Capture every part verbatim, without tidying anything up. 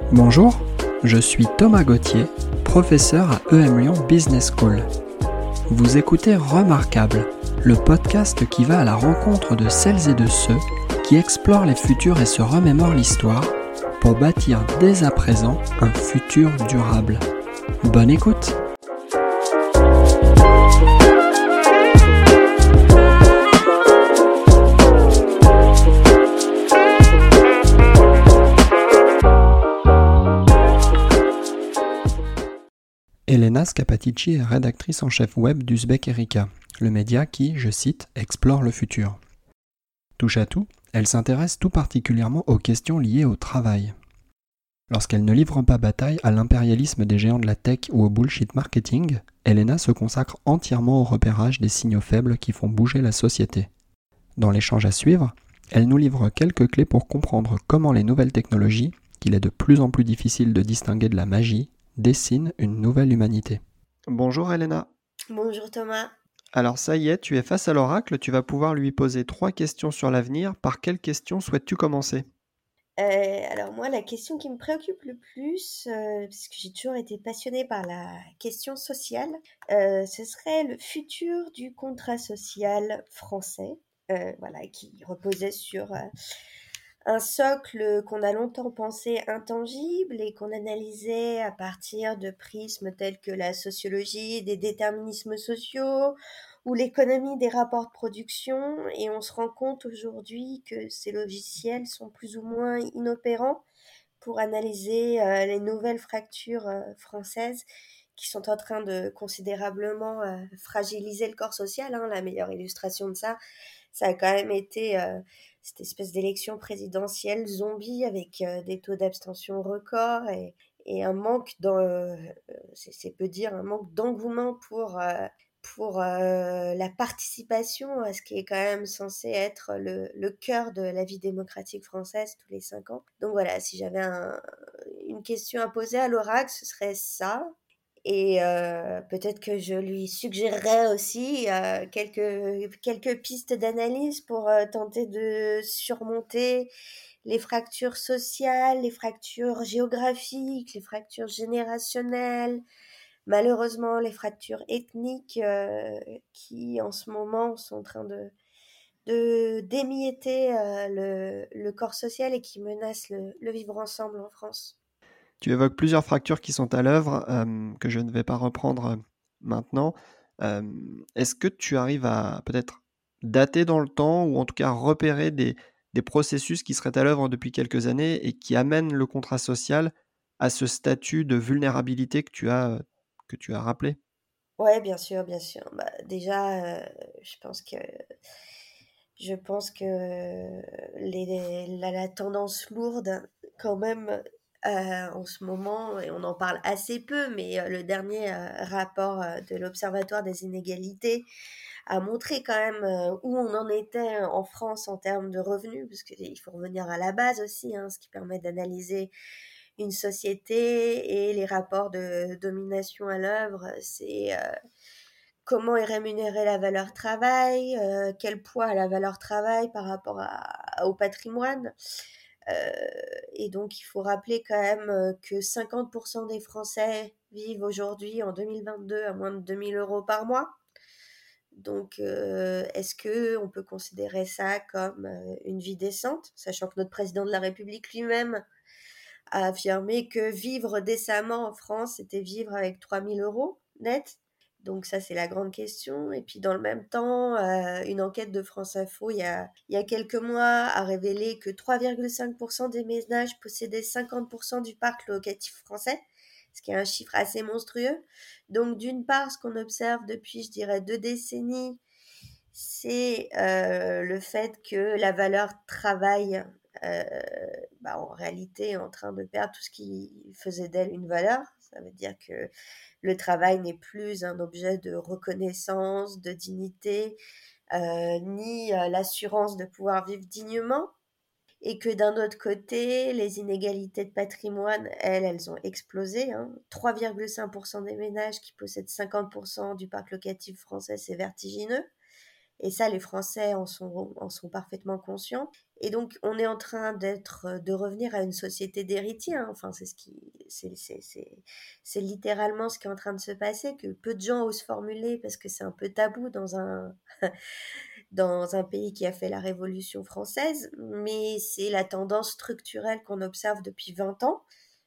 Bonjour, je suis Thomas Gauthier, professeur à E M Lyon Business School. Vous écoutez Remarquable, le podcast qui va à la rencontre de celles et de ceux qui explorent les futurs et se remémorent l'histoire pour bâtir dès à présent un futur durable. Bonne écoute! Elena Scapatici est rédactrice en chef web d'Uzbek Erika, le média qui, je cite, explore le futur. Touche à tout, elle s'intéresse tout particulièrement aux questions liées au travail. Lorsqu'elle ne livre pas bataille à l'impérialisme des géants de la tech ou au bullshit marketing, Elena se consacre entièrement au repérage des signaux faibles qui font bouger la société. Dans l'échange à suivre, elle nous livre quelques clés pour comprendre comment les nouvelles technologies, qu'il est de plus en plus difficile de distinguer de la magie, dessine une nouvelle humanité. Bonjour Elena. Bonjour Thomas. Alors ça y est, tu es face à l'oracle, tu vas pouvoir lui poser trois questions sur l'avenir. Par quelle question souhaites-tu commencer ? Euh, alors moi, la question qui me préoccupe le plus, euh, parce que j'ai toujours été passionnée par la question sociale, euh, ce serait le futur du contrat social français, euh, voilà, qui reposait sur euh, un socle qu'on a longtemps pensé intangible et qu'on analysait à partir de prismes tels que la sociologie des déterminismes sociaux ou l'économie des rapports de production, et on se rend compte aujourd'hui que ces logiciels sont plus ou moins inopérants pour analyser euh, les nouvelles fractures euh, françaises qui sont en train de considérablement euh, fragiliser le corps social. Hein. La meilleure illustration de ça, ça a quand même été euh, cette espèce d'élection présidentielle zombie avec euh, des taux d'abstention records et, et un manque, dans, euh, c'est, c'est peu dire, un manque d'engouement pour, euh, pour euh, la participation à ce qui est quand même censé être le, le cœur de la vie démocratique française tous les cinq ans. Donc voilà, si j'avais un, une question à poser à l'oracle, ce serait ça. Et euh, peut-être que je lui suggérerais aussi euh, quelques, quelques pistes d'analyse pour euh, tenter de surmonter les fractures sociales, les fractures géographiques, les fractures générationnelles, malheureusement les fractures ethniques euh, qui en ce moment sont en train de, de d'émietter euh, le, le corps social et qui menacent le, le vivre ensemble en France. Tu évoques plusieurs fractures qui sont à l'œuvre, euh, que je ne vais pas reprendre euh, maintenant. Euh, est-ce que tu arrives à peut-être dater dans le temps ou en tout cas repérer des, des processus qui seraient à l'œuvre depuis quelques années et qui amènent le contrat social à ce statut de vulnérabilité que tu as, que tu as rappelé ? Ouais, bien sûr, bien sûr. Bah, déjà, euh, je pense que je pense que les, la, la tendance lourde, quand même, euh, en ce moment, et on en parle assez peu, mais euh, le dernier euh, rapport euh, de l'Observatoire des inégalités a montré quand même euh, où on en était en France en termes de revenus, parce qu'il faut revenir à la base aussi, hein, ce qui permet d'analyser une société et les rapports de domination à l'œuvre, c'est euh, comment est rémunérée la valeur travail, euh, quel poids a la valeur travail par rapport à, au patrimoine. Euh, et donc, il faut rappeler quand même que cinquante pour cent des Français vivent aujourd'hui, en deux mille vingt-deux, à moins de deux mille euros par mois. Donc, euh, est-ce qu'on peut considérer ça comme euh, une vie décente, sachant que notre président de la République lui-même a affirmé que vivre décemment en France, c'était vivre avec trois mille euros net. Donc ça, c'est la grande question. Et puis dans le même temps, euh, une enquête de France Info, il y a, il y a quelques mois, a révélé que trois virgule cinq pour cent des ménages possédaient cinquante pour cent du parc locatif français, ce qui est un chiffre assez monstrueux. Donc d'une part, ce qu'on observe depuis, je dirais, deux décennies, c'est euh, le fait que la valeur travail, euh, bah, en réalité, est en train de perdre tout ce qui faisait d'elle une valeur. Ça veut dire que le travail n'est plus un objet de reconnaissance, de dignité, euh, ni euh, l'assurance de pouvoir vivre dignement. Et que d'un autre côté, les inégalités de patrimoine, elles, elles ont explosé. Hein. trois virgule cinq pour cent des ménages qui possèdent cinquante pour cent du parc locatif français, c'est vertigineux. Et ça, les Français en sont, en sont parfaitement conscients. Et donc, on est en train d'être, de revenir à une société d'héritiers, hein. Enfin, c'est ce qui, c'est, c'est, c'est, c'est littéralement ce qui est en train de se passer, que peu de gens osent formuler parce que c'est un peu tabou dans un, dans un pays qui a fait la Révolution française. Mais c'est la tendance structurelle qu'on observe depuis vingt ans.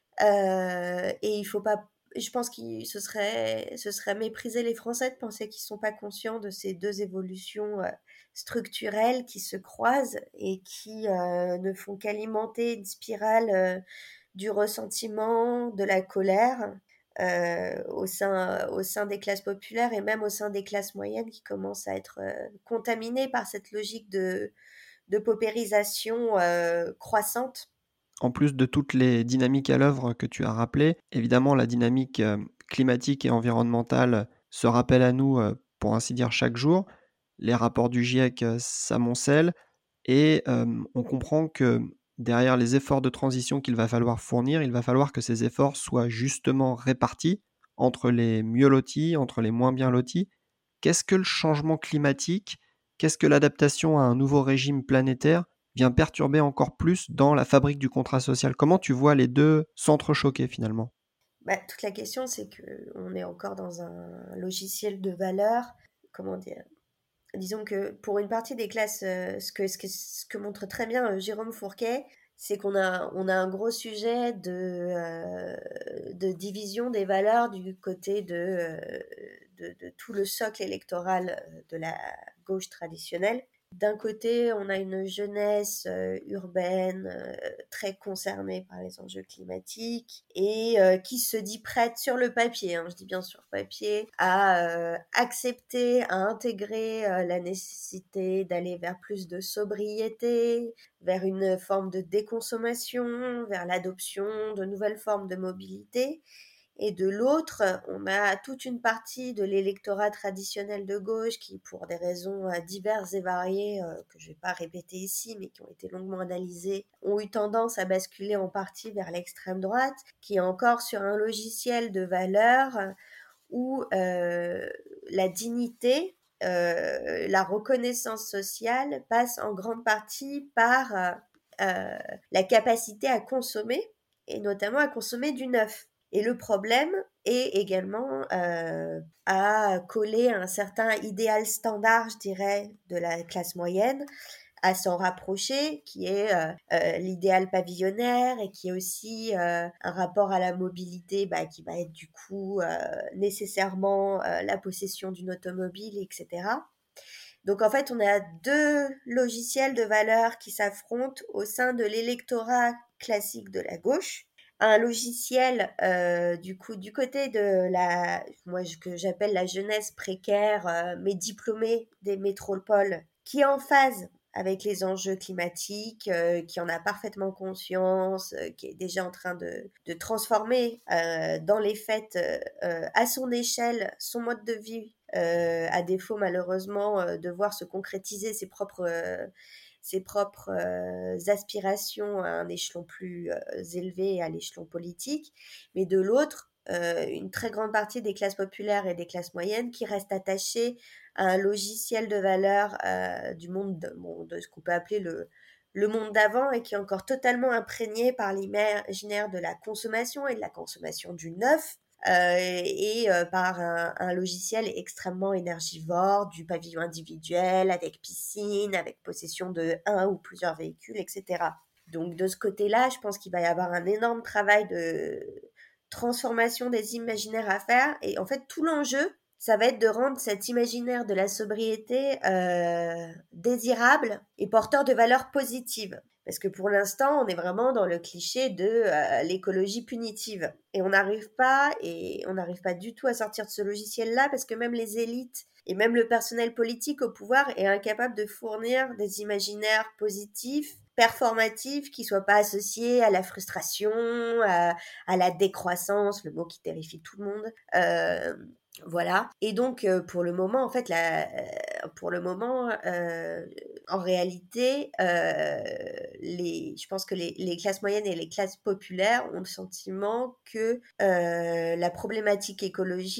Euh, et il faut pas, je pense que ce serait, ce serait mépriser les Français de penser qu'ils sont pas conscients de ces deux évolutions euh, structurelles qui se croisent et qui euh, ne font qu'alimenter une spirale euh, du ressentiment, de la colère euh, au sein, au sein des classes populaires et même au sein des classes moyennes qui commencent à être euh, contaminées par cette logique de, de paupérisation euh, croissante. En plus de toutes les dynamiques à l'œuvre que tu as rappelées, évidemment la dynamique euh, climatique et environnementale se rappelle à nous, euh, pour ainsi dire, chaque jour. Les rapports du GIEC euh, s'amoncellent et euh, on comprend que derrière les efforts de transition qu'il va falloir fournir, il va falloir que ces efforts soient justement répartis entre les mieux lotis, entre les moins bien lotis. Qu'est-ce que le changement climatique? Qu'est-ce que l'adaptation à un nouveau régime planétaire vient perturber encore plus dans la fabrique du contrat social? Comment tu vois les deux s'entrechoquer finalement? Bah, toute la question, c'est que on est encore dans un logiciel de valeur. Comment dire? Disons que pour une partie des classes, euh, ce que, ce que, ce que montre très bien euh, Jérôme Fourquet, c'est qu'on a, on a un gros sujet de, euh, de division des valeurs du côté de, euh, de, de tout le socle électoral euh, de la gauche traditionnelle. D'un côté, on a une jeunesse euh, urbaine euh, très concernée par les enjeux climatiques et euh, qui se dit prête sur le papier, hein, je dis bien sur papier, à euh, accepter, à intégrer euh, la nécessité d'aller vers plus de sobriété, vers une forme de déconsommation, vers l'adoption de nouvelles formes de mobilité. Et de l'autre, on a toute une partie de l'électorat traditionnel de gauche qui, pour des raisons euh, diverses et variées, euh, que je ne vais pas répéter ici, mais qui ont été longuement analysées, ont eu tendance à basculer en partie vers l'extrême droite, qui est encore sur un logiciel de valeurs où euh, la dignité, euh, la reconnaissance sociale passe en grande partie par euh, euh, la capacité à consommer, et notamment à consommer du neuf. Et le problème est également euh, à coller un certain idéal standard, je dirais, de la classe moyenne, à s'en rapprocher, qui est euh, euh, l'idéal pavillonnaire et qui est aussi euh, un rapport à la mobilité bah, qui va être du coup euh, nécessairement euh, la possession d'une automobile, et cetera. Donc en fait, on a deux logiciels de valeurs qui s'affrontent au sein de l'électorat classique de la gauche. Un logiciel euh, du coup du côté de la moi que j'appelle la jeunesse précaire euh, mais diplômée des métropoles qui est en phase avec les enjeux climatiques, euh, qui en a parfaitement conscience, euh, qui est déjà en train de, de transformer euh, dans les faits euh, à son échelle son mode de vie, euh, à défaut malheureusement euh, de voir se concrétiser ses propres euh, ses propres euh, aspirations à un échelon plus euh, élevé, à l'échelon politique, mais de l'autre, euh, une très grande partie des classes populaires et des classes moyennes qui restent attachées à un logiciel de valeurs euh, du monde, de, bon, de ce qu'on peut appeler le, le monde d'avant et qui est encore totalement imprégné par l'imaginaire de la consommation et de la consommation du neuf, euh, et euh, par un, un logiciel extrêmement énergivore, du pavillon individuel, avec piscine, avec possession de un ou plusieurs véhicules, et cetera. Donc de ce côté-là, je pense qu'il va y avoir un énorme travail de transformation des imaginaires à faire. Et en fait, tout l'enjeu, ça va être de rendre cet imaginaire de la sobriété euh, désirable et porteur de valeurs positives. Parce que pour l'instant, on est vraiment dans le cliché de euh, l'écologie punitive. Et on n'arrive pas, et on n'arrive pas du tout à sortir de ce logiciel-là, parce que même les élites et même le personnel politique au pouvoir est incapable de fournir des imaginaires positifs, performatifs, qui soient pas associés à la frustration, à, à la décroissance, le mot qui terrifie tout le monde. Euh, voilà. Et donc, euh, pour le moment, en fait, la, euh, pour le moment, euh, en réalité, euh, les, je pense que les, les classes moyennes et les classes populaires ont le sentiment que euh, la problématique écologique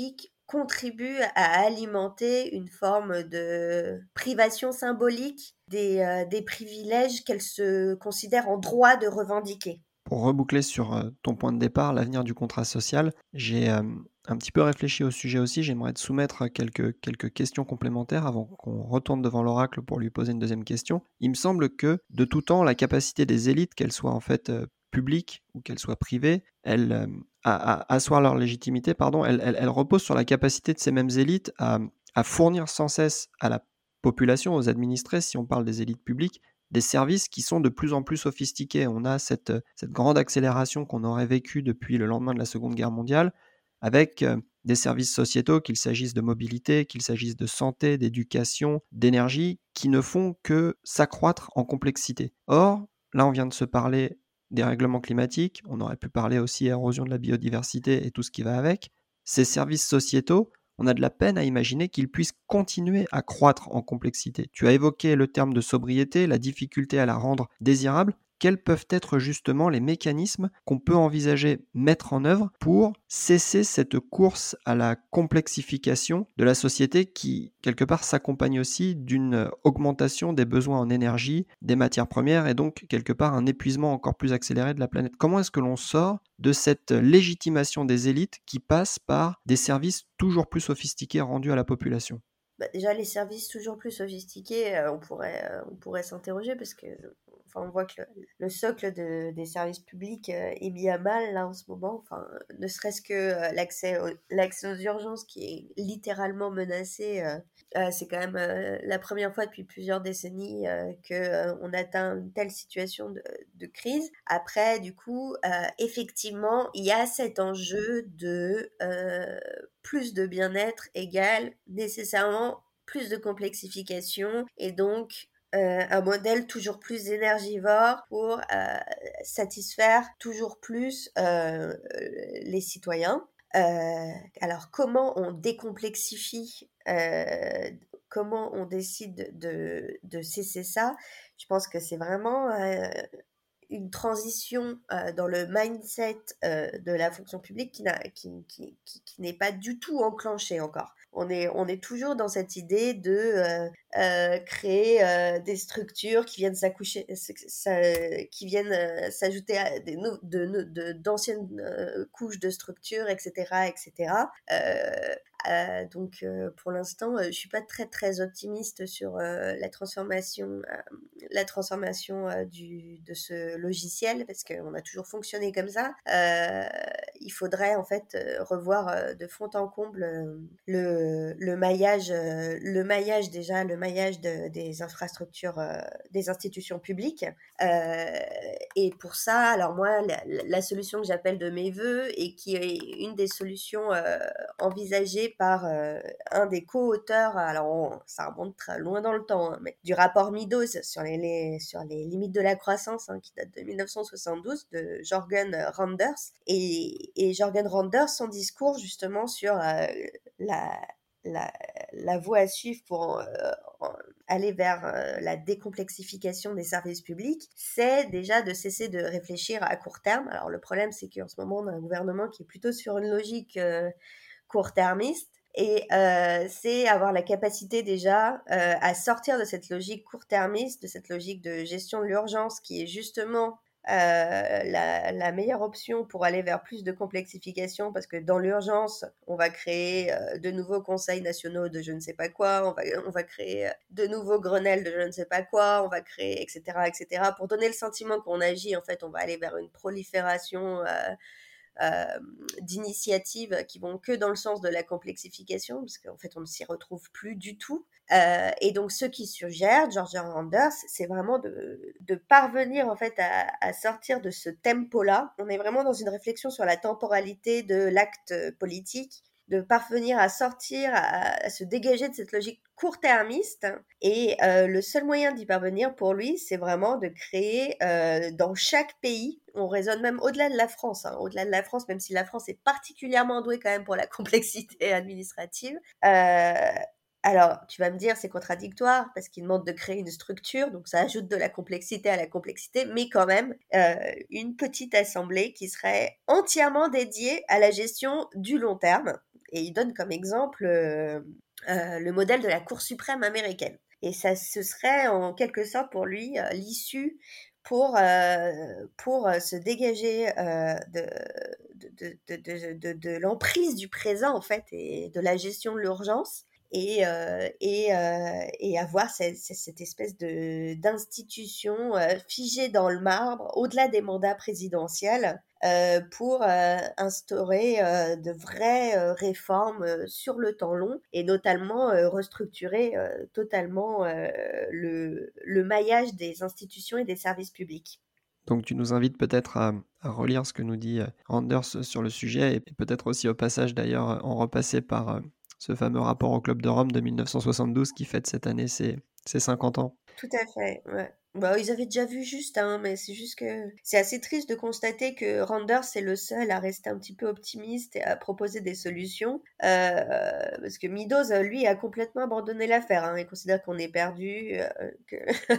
contribue à alimenter une forme de privation symbolique des, euh, des privilèges qu'elle se considère en droit de revendiquer. Pour reboucler sur euh, ton point de départ, l'avenir du contrat social, j'ai euh, un petit peu réfléchi au sujet aussi. J'aimerais te soumettre quelques, quelques questions complémentaires avant qu'on retourne devant l'oracle pour lui poser une deuxième question. Il me semble que de tout temps, la capacité des élites, qu'elles soient en fait euh, publiques ou qu'elles soient privées, elles, euh, à, à asseoir leur légitimité, pardon, elle, elle, elle repose sur la capacité de ces mêmes élites à, à fournir sans cesse à la population, aux administrés, si on parle des élites publiques, des services qui sont de plus en plus sophistiqués. On a cette, cette grande accélération qu'on aurait vécue depuis le lendemain de la Seconde Guerre mondiale, avec euh, des services sociétaux, qu'il s'agisse de mobilité, qu'il s'agisse de santé, d'éducation, d'énergie, qui ne font que s'accroître en complexité. Or, là on vient de se parler des règlements climatiques, on aurait pu parler aussi érosion de la biodiversité et tout ce qui va avec. Ces services sociétaux, on a de la peine à imaginer qu'ils puissent continuer à croître en complexité. Tu as évoqué le terme de sobriété, la difficulté à la rendre désirable. Quels peuvent être justement les mécanismes qu'on peut envisager mettre en œuvre pour cesser cette course à la complexification de la société qui, quelque part, s'accompagne aussi d'une augmentation des besoins en énergie, des matières premières et donc, quelque part, un épuisement encore plus accéléré de la planète. Comment est-ce que l'on sort de cette légitimation des élites qui passe par des services toujours plus sophistiqués rendus à la population? Bah, déjà, les services toujours plus sophistiqués, euh, on pourrait, euh, on pourrait s'interroger parce que, enfin, on voit que le, le socle de, des services publics euh, est mis à mal là en ce moment. Enfin, ne serait-ce que euh, l'accès, au, l'accès aux urgences qui est littéralement menacé. Euh, euh, c'est quand même euh, la première fois depuis plusieurs décennies euh, que euh, on atteint une telle situation de, de crise. Après, du coup, euh, effectivement, il y a cet enjeu de euh, plus de bien-être égale nécessairement plus de complexification et donc euh, un modèle toujours plus énergivore pour euh, satisfaire toujours plus euh, les citoyens. Euh, alors comment on décomplexifie, euh, comment on décide de, de cesser ça? Je pense que c'est vraiment euh, une transition euh, dans le mindset euh, de la fonction publique qui, n'a, qui, qui, qui, qui n'est pas du tout enclenchée encore. On est, on est toujours dans cette idée de euh, euh, créer euh, des structures qui viennent s'accoucher, ça, qui viennent euh, s'ajouter à des no, de, de, d'anciennes euh, couches de structures, et cetera, et cetera. Euh, euh, donc euh, pour l'instant, euh, je suis pas très très optimiste sur euh, la transformation, euh, la transformation euh, du de ce logiciel parce qu'on a toujours fonctionné comme ça. Euh, il faudrait en fait euh, revoir euh, de fond en comble euh, le le maillage, euh, le maillage déjà le maillage de, des infrastructures, euh, des institutions publiques. Euh, et pour ça, alors moi, la, la solution que j'appelle de mes voeux et qui est une des solutions euh, envisagées par euh, un des co-auteurs, alors on, ça remonte très loin dans le temps, hein, mais du rapport Meadows sur les, les, sur les limites de la croissance, hein, qui date de dix-neuf cent soixante-douze, de Jorgen Randers. Et, et Jorgen Randers, son discours justement sur euh, la, la, la voie à suivre pour euh, aller vers euh, la décomplexification des services publics, c'est déjà de cesser de réfléchir à court terme. Alors le problème, c'est qu'en ce moment, on a un gouvernement qui est plutôt sur une logique euh, court-termiste. Et euh, c'est avoir la capacité déjà euh, à sortir de cette logique court-termiste, de cette logique de gestion de l'urgence qui est justement euh, la, la meilleure option pour aller vers plus de complexification, parce que dans l'urgence, on va créer euh, de nouveaux conseils nationaux de je ne sais pas quoi, on va, on va créer euh, de nouveaux Grenelles de je ne sais pas quoi, on va créer, et cetera, et cetera. Pour donner le sentiment qu'on agit, en fait, on va aller vers une prolifération euh, euh, d'initiatives qui vont que dans le sens de la complexification, parce qu'en fait, on ne s'y retrouve plus du tout. Euh, et donc, ce qui suggère, George Randers, c'est vraiment de, de parvenir en fait à, à sortir de ce tempo-là. On est vraiment dans une réflexion sur la temporalité de l'acte politique, de parvenir à sortir, à, à se dégager de cette logique court-termiste. Et euh, le seul moyen d'y parvenir pour lui, c'est vraiment de créer euh, dans chaque pays, on raisonne même au-delà de la France, hein, au-delà de la France, même si la France est particulièrement douée quand même pour la complexité administrative. Euh, alors, tu vas me dire, c'est contradictoire parce qu'il demande de créer une structure, donc ça ajoute de la complexité à la complexité, mais quand même euh, une petite assemblée qui serait entièrement dédiée à la gestion du long terme. et il donne comme exemple euh, euh, le modèle de la Cour suprême américaine. Et ça, ce serait en quelque sorte pour lui euh, l'issue pour, euh, pour euh, se dégager euh, de, de, de, de, de, de l'emprise du présent, en fait, et de la gestion de l'urgence. Et, euh, et, euh, et avoir cette, cette espèce de, d'institution euh, figée dans le marbre, au-delà des mandats présidentiels, euh, pour euh, instaurer euh, de vraies euh, réformes euh, sur le temps long, et notamment euh, restructurer euh, totalement euh, le, le maillage des institutions et des services publics. Donc tu nous invites peut-être à, à relire ce que nous dit Randers sur le sujet, et peut-être aussi au passage d'ailleurs en repasser par ce fameux rapport au Club de Rome de mille neuf cent soixante-douze qui fête cette année ses, ses cinquante ans. Tout à fait, ouais. Bah, ils avaient déjà vu juste, hein, mais c'est juste que c'est assez triste de constater que Randers est le seul à rester un petit peu optimiste et à proposer des solutions, euh, parce que Meadows, lui, a complètement abandonné l'affaire, hein. Il considère qu'on est perdu, euh, que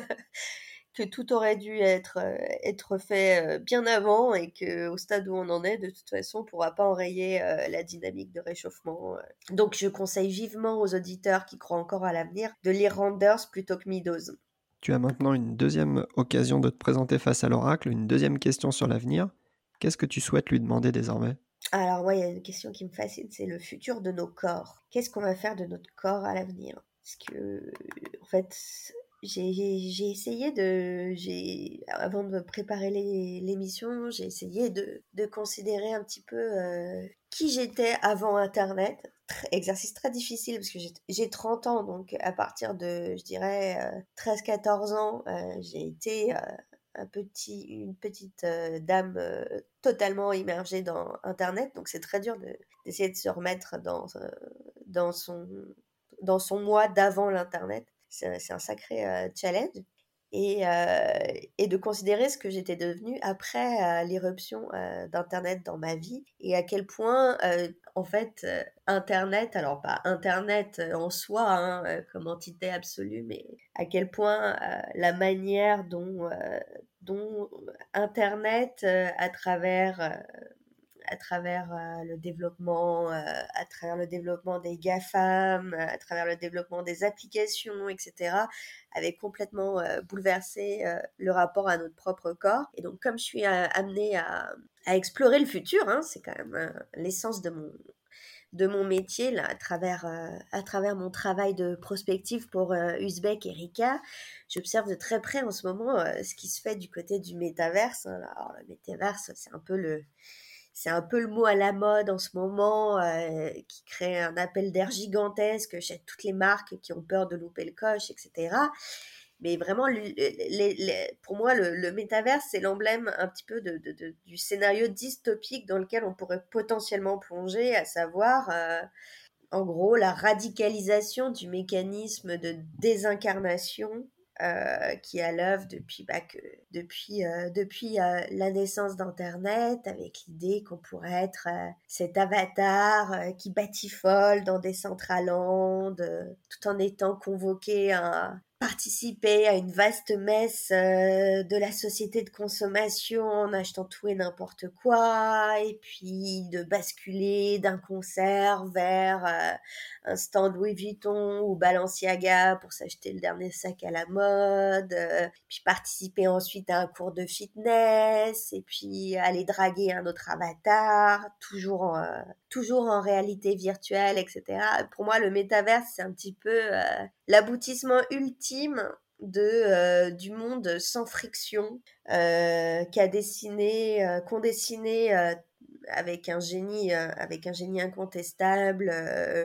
que tout aurait dû être, euh, être fait euh, bien avant, et que au stade où on en est, de toute façon, on ne pourra pas enrayer euh, la dynamique de réchauffement. euh. Donc je conseille vivement aux auditeurs qui croient encore à l'avenir de lire Randers plutôt que Meadows. Tu as maintenant une deuxième occasion de te présenter face à l'oracle, une deuxième question sur l'avenir. Qu'est-ce que tu souhaites lui demander désormais ? Alors moi, il y a une question qui me fascine, c'est le futur de nos corps. Qu'est-ce qu'on va faire de notre corps à l'avenir ? Parce que, en fait, j'ai, j'ai essayé de... J'ai, avant de préparer les, l'émission, j'ai essayé de, de considérer un petit peu euh, qui j'étais avant Internet. Tr- exercice très difficile, parce que j'ai, j'ai trente ans, donc à partir de, je dirais, euh, treize quatorze ans, euh, j'ai été... Euh, un petit, une petite euh, dame euh, totalement immergée dans Internet, donc c'est très dur de, d'essayer de se remettre dans, euh, dans, son, dans son moi d'avant l'Internet. C'est, c'est un sacré euh, challenge. Et, euh, et de considérer ce que j'étais devenue après euh, l'irruption euh, d'Internet dans ma vie, et à quel point, euh, en fait, euh, Internet, alors pas Internet en soi, hein, euh, comme entité absolue, mais à quel point euh, la manière dont, euh, dont Internet, euh, à travers... Euh, à travers euh, le développement, euh, à travers le développement des GAFAM, à travers le développement des applications, et cetera, avait complètement euh, bouleversé euh, le rapport à notre propre corps. Et donc, comme je suis euh, amenée à, à explorer le futur, hein, c'est quand même euh, l'essence de mon de mon métier là, à travers euh, à travers mon travail de prospective pour euh, Uzbek Erika, j'observe de très près en ce moment euh, ce qui se fait du côté du métaverse. Alors le métaverse, c'est un peu le c'est un peu le mot à la mode en ce moment, euh, qui crée un appel d'air gigantesque chez toutes les marques qui ont peur de louper le coche, et cetera. Mais vraiment, les, les, les, pour moi, le, le métaverse, c'est l'emblème un petit peu de, de, de, du scénario dystopique dans lequel on pourrait potentiellement plonger, à savoir, euh, en gros, la radicalisation du mécanisme de désincarnation euh, qui est à l'œuvre depuis, bah, que, depuis, euh, depuis euh, la naissance d'Internet, avec l'idée qu'on pourrait être euh, cet avatar euh, qui batifole dans des Centraland, euh, tout en étant convoqué à participer à une vaste messe euh, de la société de consommation en achetant tout et n'importe quoi, et puis de basculer d'un concert vers euh, un stand Louis Vuitton ou Balenciaga pour s'acheter le dernier sac à la mode, euh, puis participer ensuite à un cours de fitness, et puis aller draguer un autre avatar, toujours en, euh, toujours en réalité virtuelle, et cetera. Pour moi, le métaverse, c'est un petit peu euh, l'aboutissement ultime de euh, du monde sans friction euh, qu'a dessiné, euh, qu'ont dessiné euh, avec un génie, euh, avec un génie incontestable. Euh,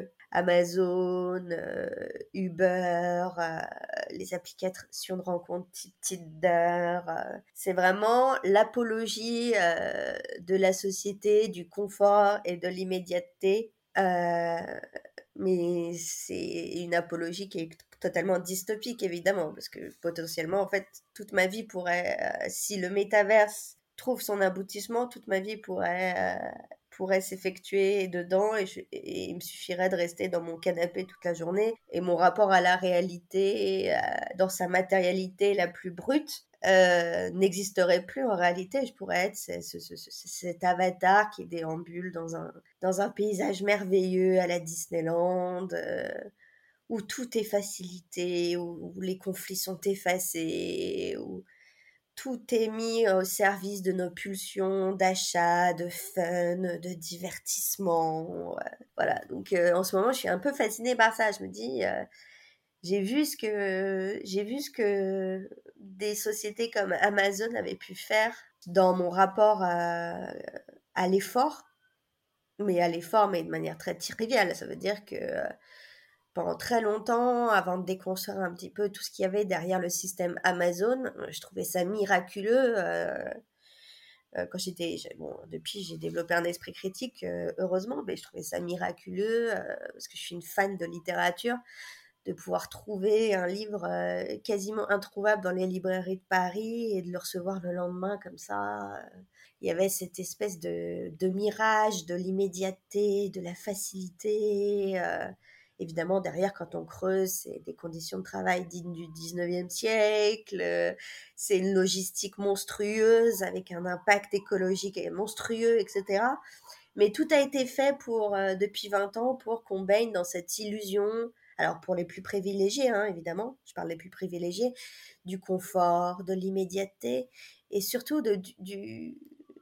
Amazon, euh, Uber, euh, les applications de rencontres type Tinder. Euh, c'est vraiment l'apologie euh, de la société, du confort et de l'immédiateté. Euh, mais c'est une apologie qui est totalement dystopique, évidemment, parce que potentiellement, en fait, toute ma vie pourrait, euh, si le métaverse trouve son aboutissement, toute ma vie pourrait euh, pourrait s'effectuer dedans et, je, et il me suffirait de rester dans mon canapé toute la journée et mon rapport à la réalité, euh, dans sa matérialité la plus brute, euh, n'existerait plus en réalité. Je pourrais être ce, ce, ce, ce, cet avatar qui déambule dans un, dans un paysage merveilleux à la Disneyland, euh, où tout est facilité, où, où les conflits sont effacés, où tout est mis au service de nos pulsions d'achat, de fun, de divertissement. euh, Voilà, donc euh, en ce moment, je suis un peu fascinée par ça. Je me dis, euh, j'ai vu ce que j'ai vu ce que des sociétés comme Amazon avaient pu faire dans mon rapport à, à l'effort, mais à l'effort, mais de manière très triviale. Ça veut dire que euh, pendant très longtemps, avant de déconstruire un petit peu tout ce qu'il y avait derrière le système Amazon, euh, je trouvais ça miraculeux. Euh, euh, quand j'étais, j'ai- bon, depuis j'ai développé un esprit critique, euh, heureusement, mais je trouvais ça miraculeux euh, parce que je suis une fan de littérature, de pouvoir trouver un livre euh, quasiment introuvable dans les librairies de Paris et de le recevoir le lendemain comme ça. euh. Il y avait cette espèce de, de mirage, de l'immédiateté, de la facilité. euh. Évidemment, derrière, quand on creuse, c'est des conditions de travail dignes du dix-neuvième siècle. euh, C'est une logistique monstrueuse avec un impact écologique monstrueux, et cetera. Mais tout a été fait pour, euh, depuis vingt ans pour qu'on baigne dans cette illusion. Alors pour les plus privilégiés, hein, évidemment, je parle des plus privilégiés, du confort, de l'immédiateté et surtout de, du, du-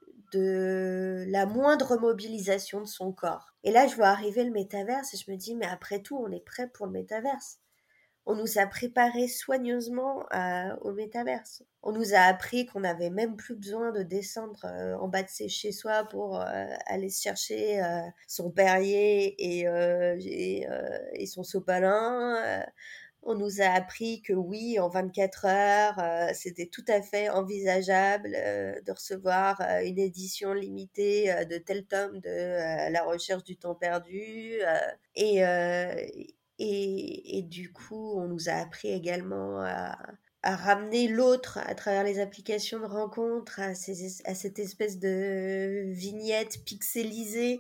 de la moindre mobilisation de son corps. Et là, je vois arriver le métaverse et je me dis, mais après tout, on est prêt pour le métaverse. On nous a préparé soigneusement à- au métaverse. On nous a appris qu'on n'avait même plus besoin de descendre euh, en bas de ses chez soi pour euh, aller se chercher euh, son Perrier et, euh, et, euh, et son sopalin. Euh, on nous a appris que oui, en vingt-quatre heures, euh, c'était tout à fait envisageable euh, de recevoir euh, une édition limitée euh, de tel tome de euh, La recherche du temps perdu. euh, et, euh, et, et du coup, on nous a appris également à, à ramener l'autre à travers les applications de rencontres, à, ces, à cette espèce de vignette pixelisée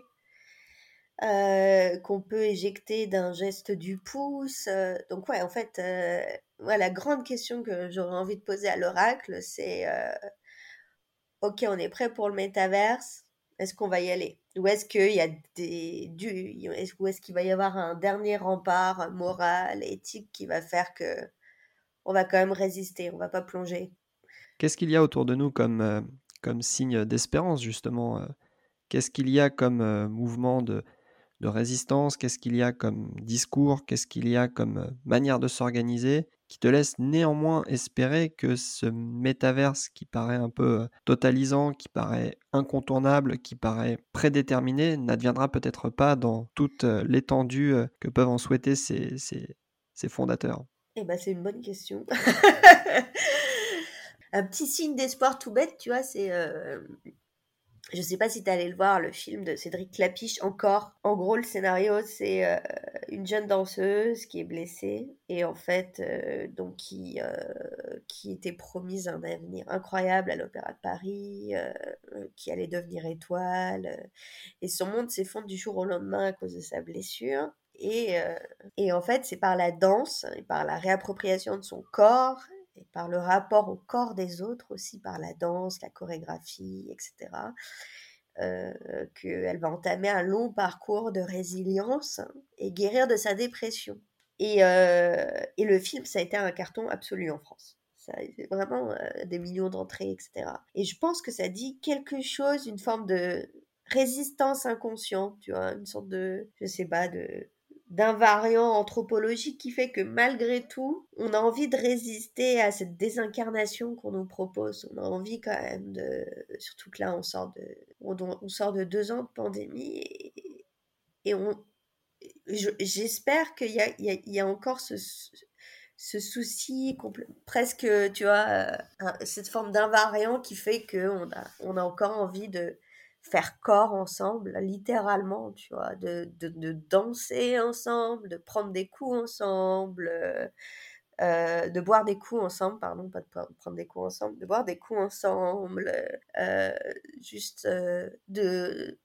euh, qu'on peut éjecter d'un geste du pouce. euh. Donc ouais, en fait, euh, ouais, la grande question que j'aurais envie de poser à l'oracle, c'est euh, ok, on est prêt pour le métaverse, est-ce qu'on va y aller? Ou est-ce qu'il y a des du, est-ce- ou est-ce qu'il va y avoir un dernier rempart moral, éthique qui va faire que on va quand même résister, on va pas plonger? Qu'est-ce qu'il y a autour de nous comme, euh, comme signe d'espérance, justement euh, Qu'est-ce qu'il y a comme euh, mouvement de, de résistance? Qu'est-ce qu'il y a comme discours? Qu'est-ce qu'il y a comme euh, manière de s'organiser qui te laisse néanmoins espérer que ce métaverse qui paraît un peu euh, totalisant, qui paraît incontournable, qui paraît prédéterminé, n'adviendra peut-être pas dans toute euh, l'étendue euh, que peuvent en souhaiter ses, ses- ses fondateurs? Eh ben, c'est une bonne question. Un petit signe d'espoir tout bête, tu vois, c'est euh, je sais pas si t'es allé le voir, le film de Cédric Clapiche, Encore. En gros, le scénario, c'est euh, une jeune danseuse qui est blessée et en fait, euh, donc qui, euh, qui était promise un avenir incroyable à l'Opéra de Paris, euh, euh, qui allait devenir étoile. euh, et son monde s'effondre du jour au lendemain à cause de sa blessure. Et, euh, et en fait, c'est par la danse et par la réappropriation de son corps et par le rapport au corps des autres aussi, par la danse, la chorégraphie, et cetera, euh, qu'elle va entamer un long parcours de résilience et guérir de sa dépression. Et, euh, et le film, ça a été un carton absolu en France. Ça a été vraiment euh, des millions d'entrées, et cetera. Et je pense que ça dit quelque chose, une forme de résistance inconsciente, tu vois, une sorte de, je sais pas, de d'invariant anthropologique qui fait que malgré tout, on a envie de résister à cette désincarnation qu'on nous propose. On a envie quand même de, surtout que là on sort de, on, on sort de deux ans de pandémie et, et on, je- j'espère qu'il y a, il y a, il y a encore ce, ce souci compl- presque, tu vois, euh, un- cette forme d'invariant qui fait qu'on a, on a encore envie de faire corps ensemble, littéralement, tu vois, de, de, de danser ensemble, de prendre des coups ensemble, euh, euh, de boire des coups ensemble, pardon, pas de pre- prendre des coups ensemble, de boire des coups ensemble, euh, juste euh, de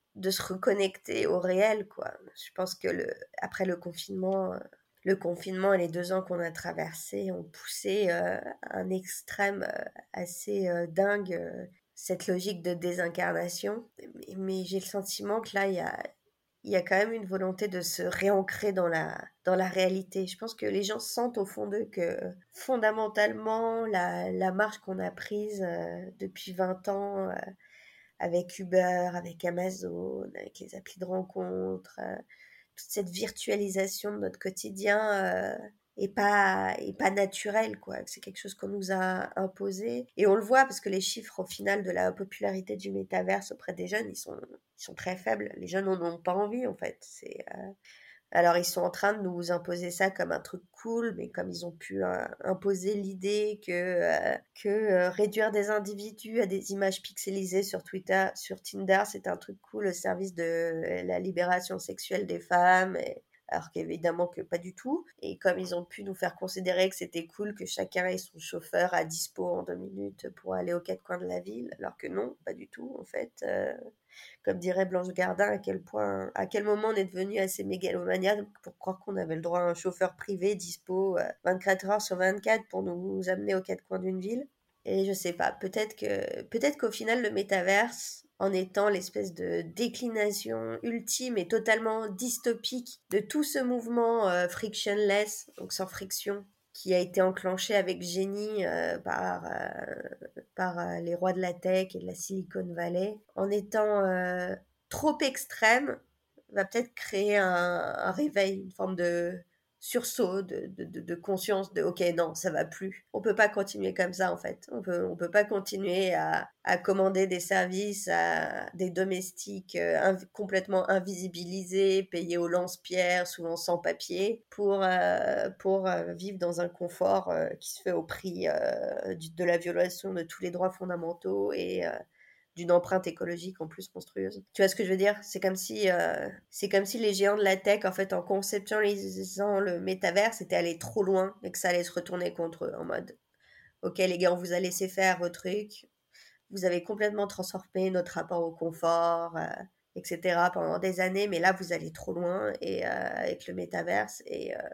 de se reconnecter au réel, quoi. Je pense que le, après le confinement, euh, le confinement et les deux ans qu'on a traversés ont poussé euh, à un extrême euh, assez euh, dingue euh, cette logique de désincarnation. Mais, mais j'ai le sentiment que là, il y a, il y a quand même une volonté de se réancrer dans la, dans la réalité. Je pense que les gens sentent au fond d'eux que fondamentalement, la, la marche qu'on a prise euh, depuis vingt ans euh, avec Uber, avec Amazon, avec les applis de rencontre, euh, toute cette virtualisation de notre quotidien euh, est pas est pas naturelle, quoi. C'est quelque chose qu'on nous a imposé et on le voit parce que les chiffres au final de la popularité du métaverse auprès des jeunes, ils sont ils sont très faibles. Les jeunes n'en ont pas envie en fait. C'est euh, alors ils sont en train de nous imposer ça comme un truc cool, mais comme ils ont pu euh, imposer l'idée que, euh, que euh, réduire des individus à des images pixelisées sur Twitter, sur Tinder, c'est un truc cool au service de la libération sexuelle des femmes. Et- alors qu'évidemment que pas du tout. Et comme ils ont pu nous faire considérer que c'était cool que chacun ait son chauffeur à dispo en deux minutes pour aller aux quatre coins de la ville, alors que non, pas du tout en fait. Euh, comme dirait Blanche Gardin, à quel point, à quel moment on est devenu assez mégalomaniaque pour croire qu'on avait le droit à un chauffeur privé dispo euh, vingt-quatre heures sur vingt-quatre pour nous amener aux quatre coins d'une ville. Et je sais pas, peut-être que, peut-être qu'au final, le métaverse, en étant l'espèce de déclination ultime et totalement dystopique de tout ce mouvement euh, frictionless, donc sans friction, qui a été enclenché avec génie euh, par, euh, par euh, les rois de la tech et de la Silicon Valley, en étant euh, trop extrême, va peut-être créer un, un réveil, une forme de sursaut de, de, de, de conscience de ok non ça va plus, on peut pas continuer comme ça en fait, on peut on peut pas continuer à, à commander des services à des domestiques euh, inv- complètement invisibilisés, payés au lance-pierre, souvent sans papier pour euh, pour euh, vivre dans un confort euh, qui se fait au prix euh, du- de la violation de tous les droits fondamentaux et euh, d'une empreinte écologique en plus monstrueuse. Tu vois ce que je veux dire? C'est comme si euh, c'est comme si les géants de la tech, en fait, en conceptualisant le métavers, c'était aller trop loin et que ça allait se retourner contre eux en mode ok les gars, on vous a laissé faire vos trucs, vous avez complètement transformé notre rapport au confort, euh, et cetera pendant des années, mais là vous allez trop loin et euh, avec le métaverse et euh,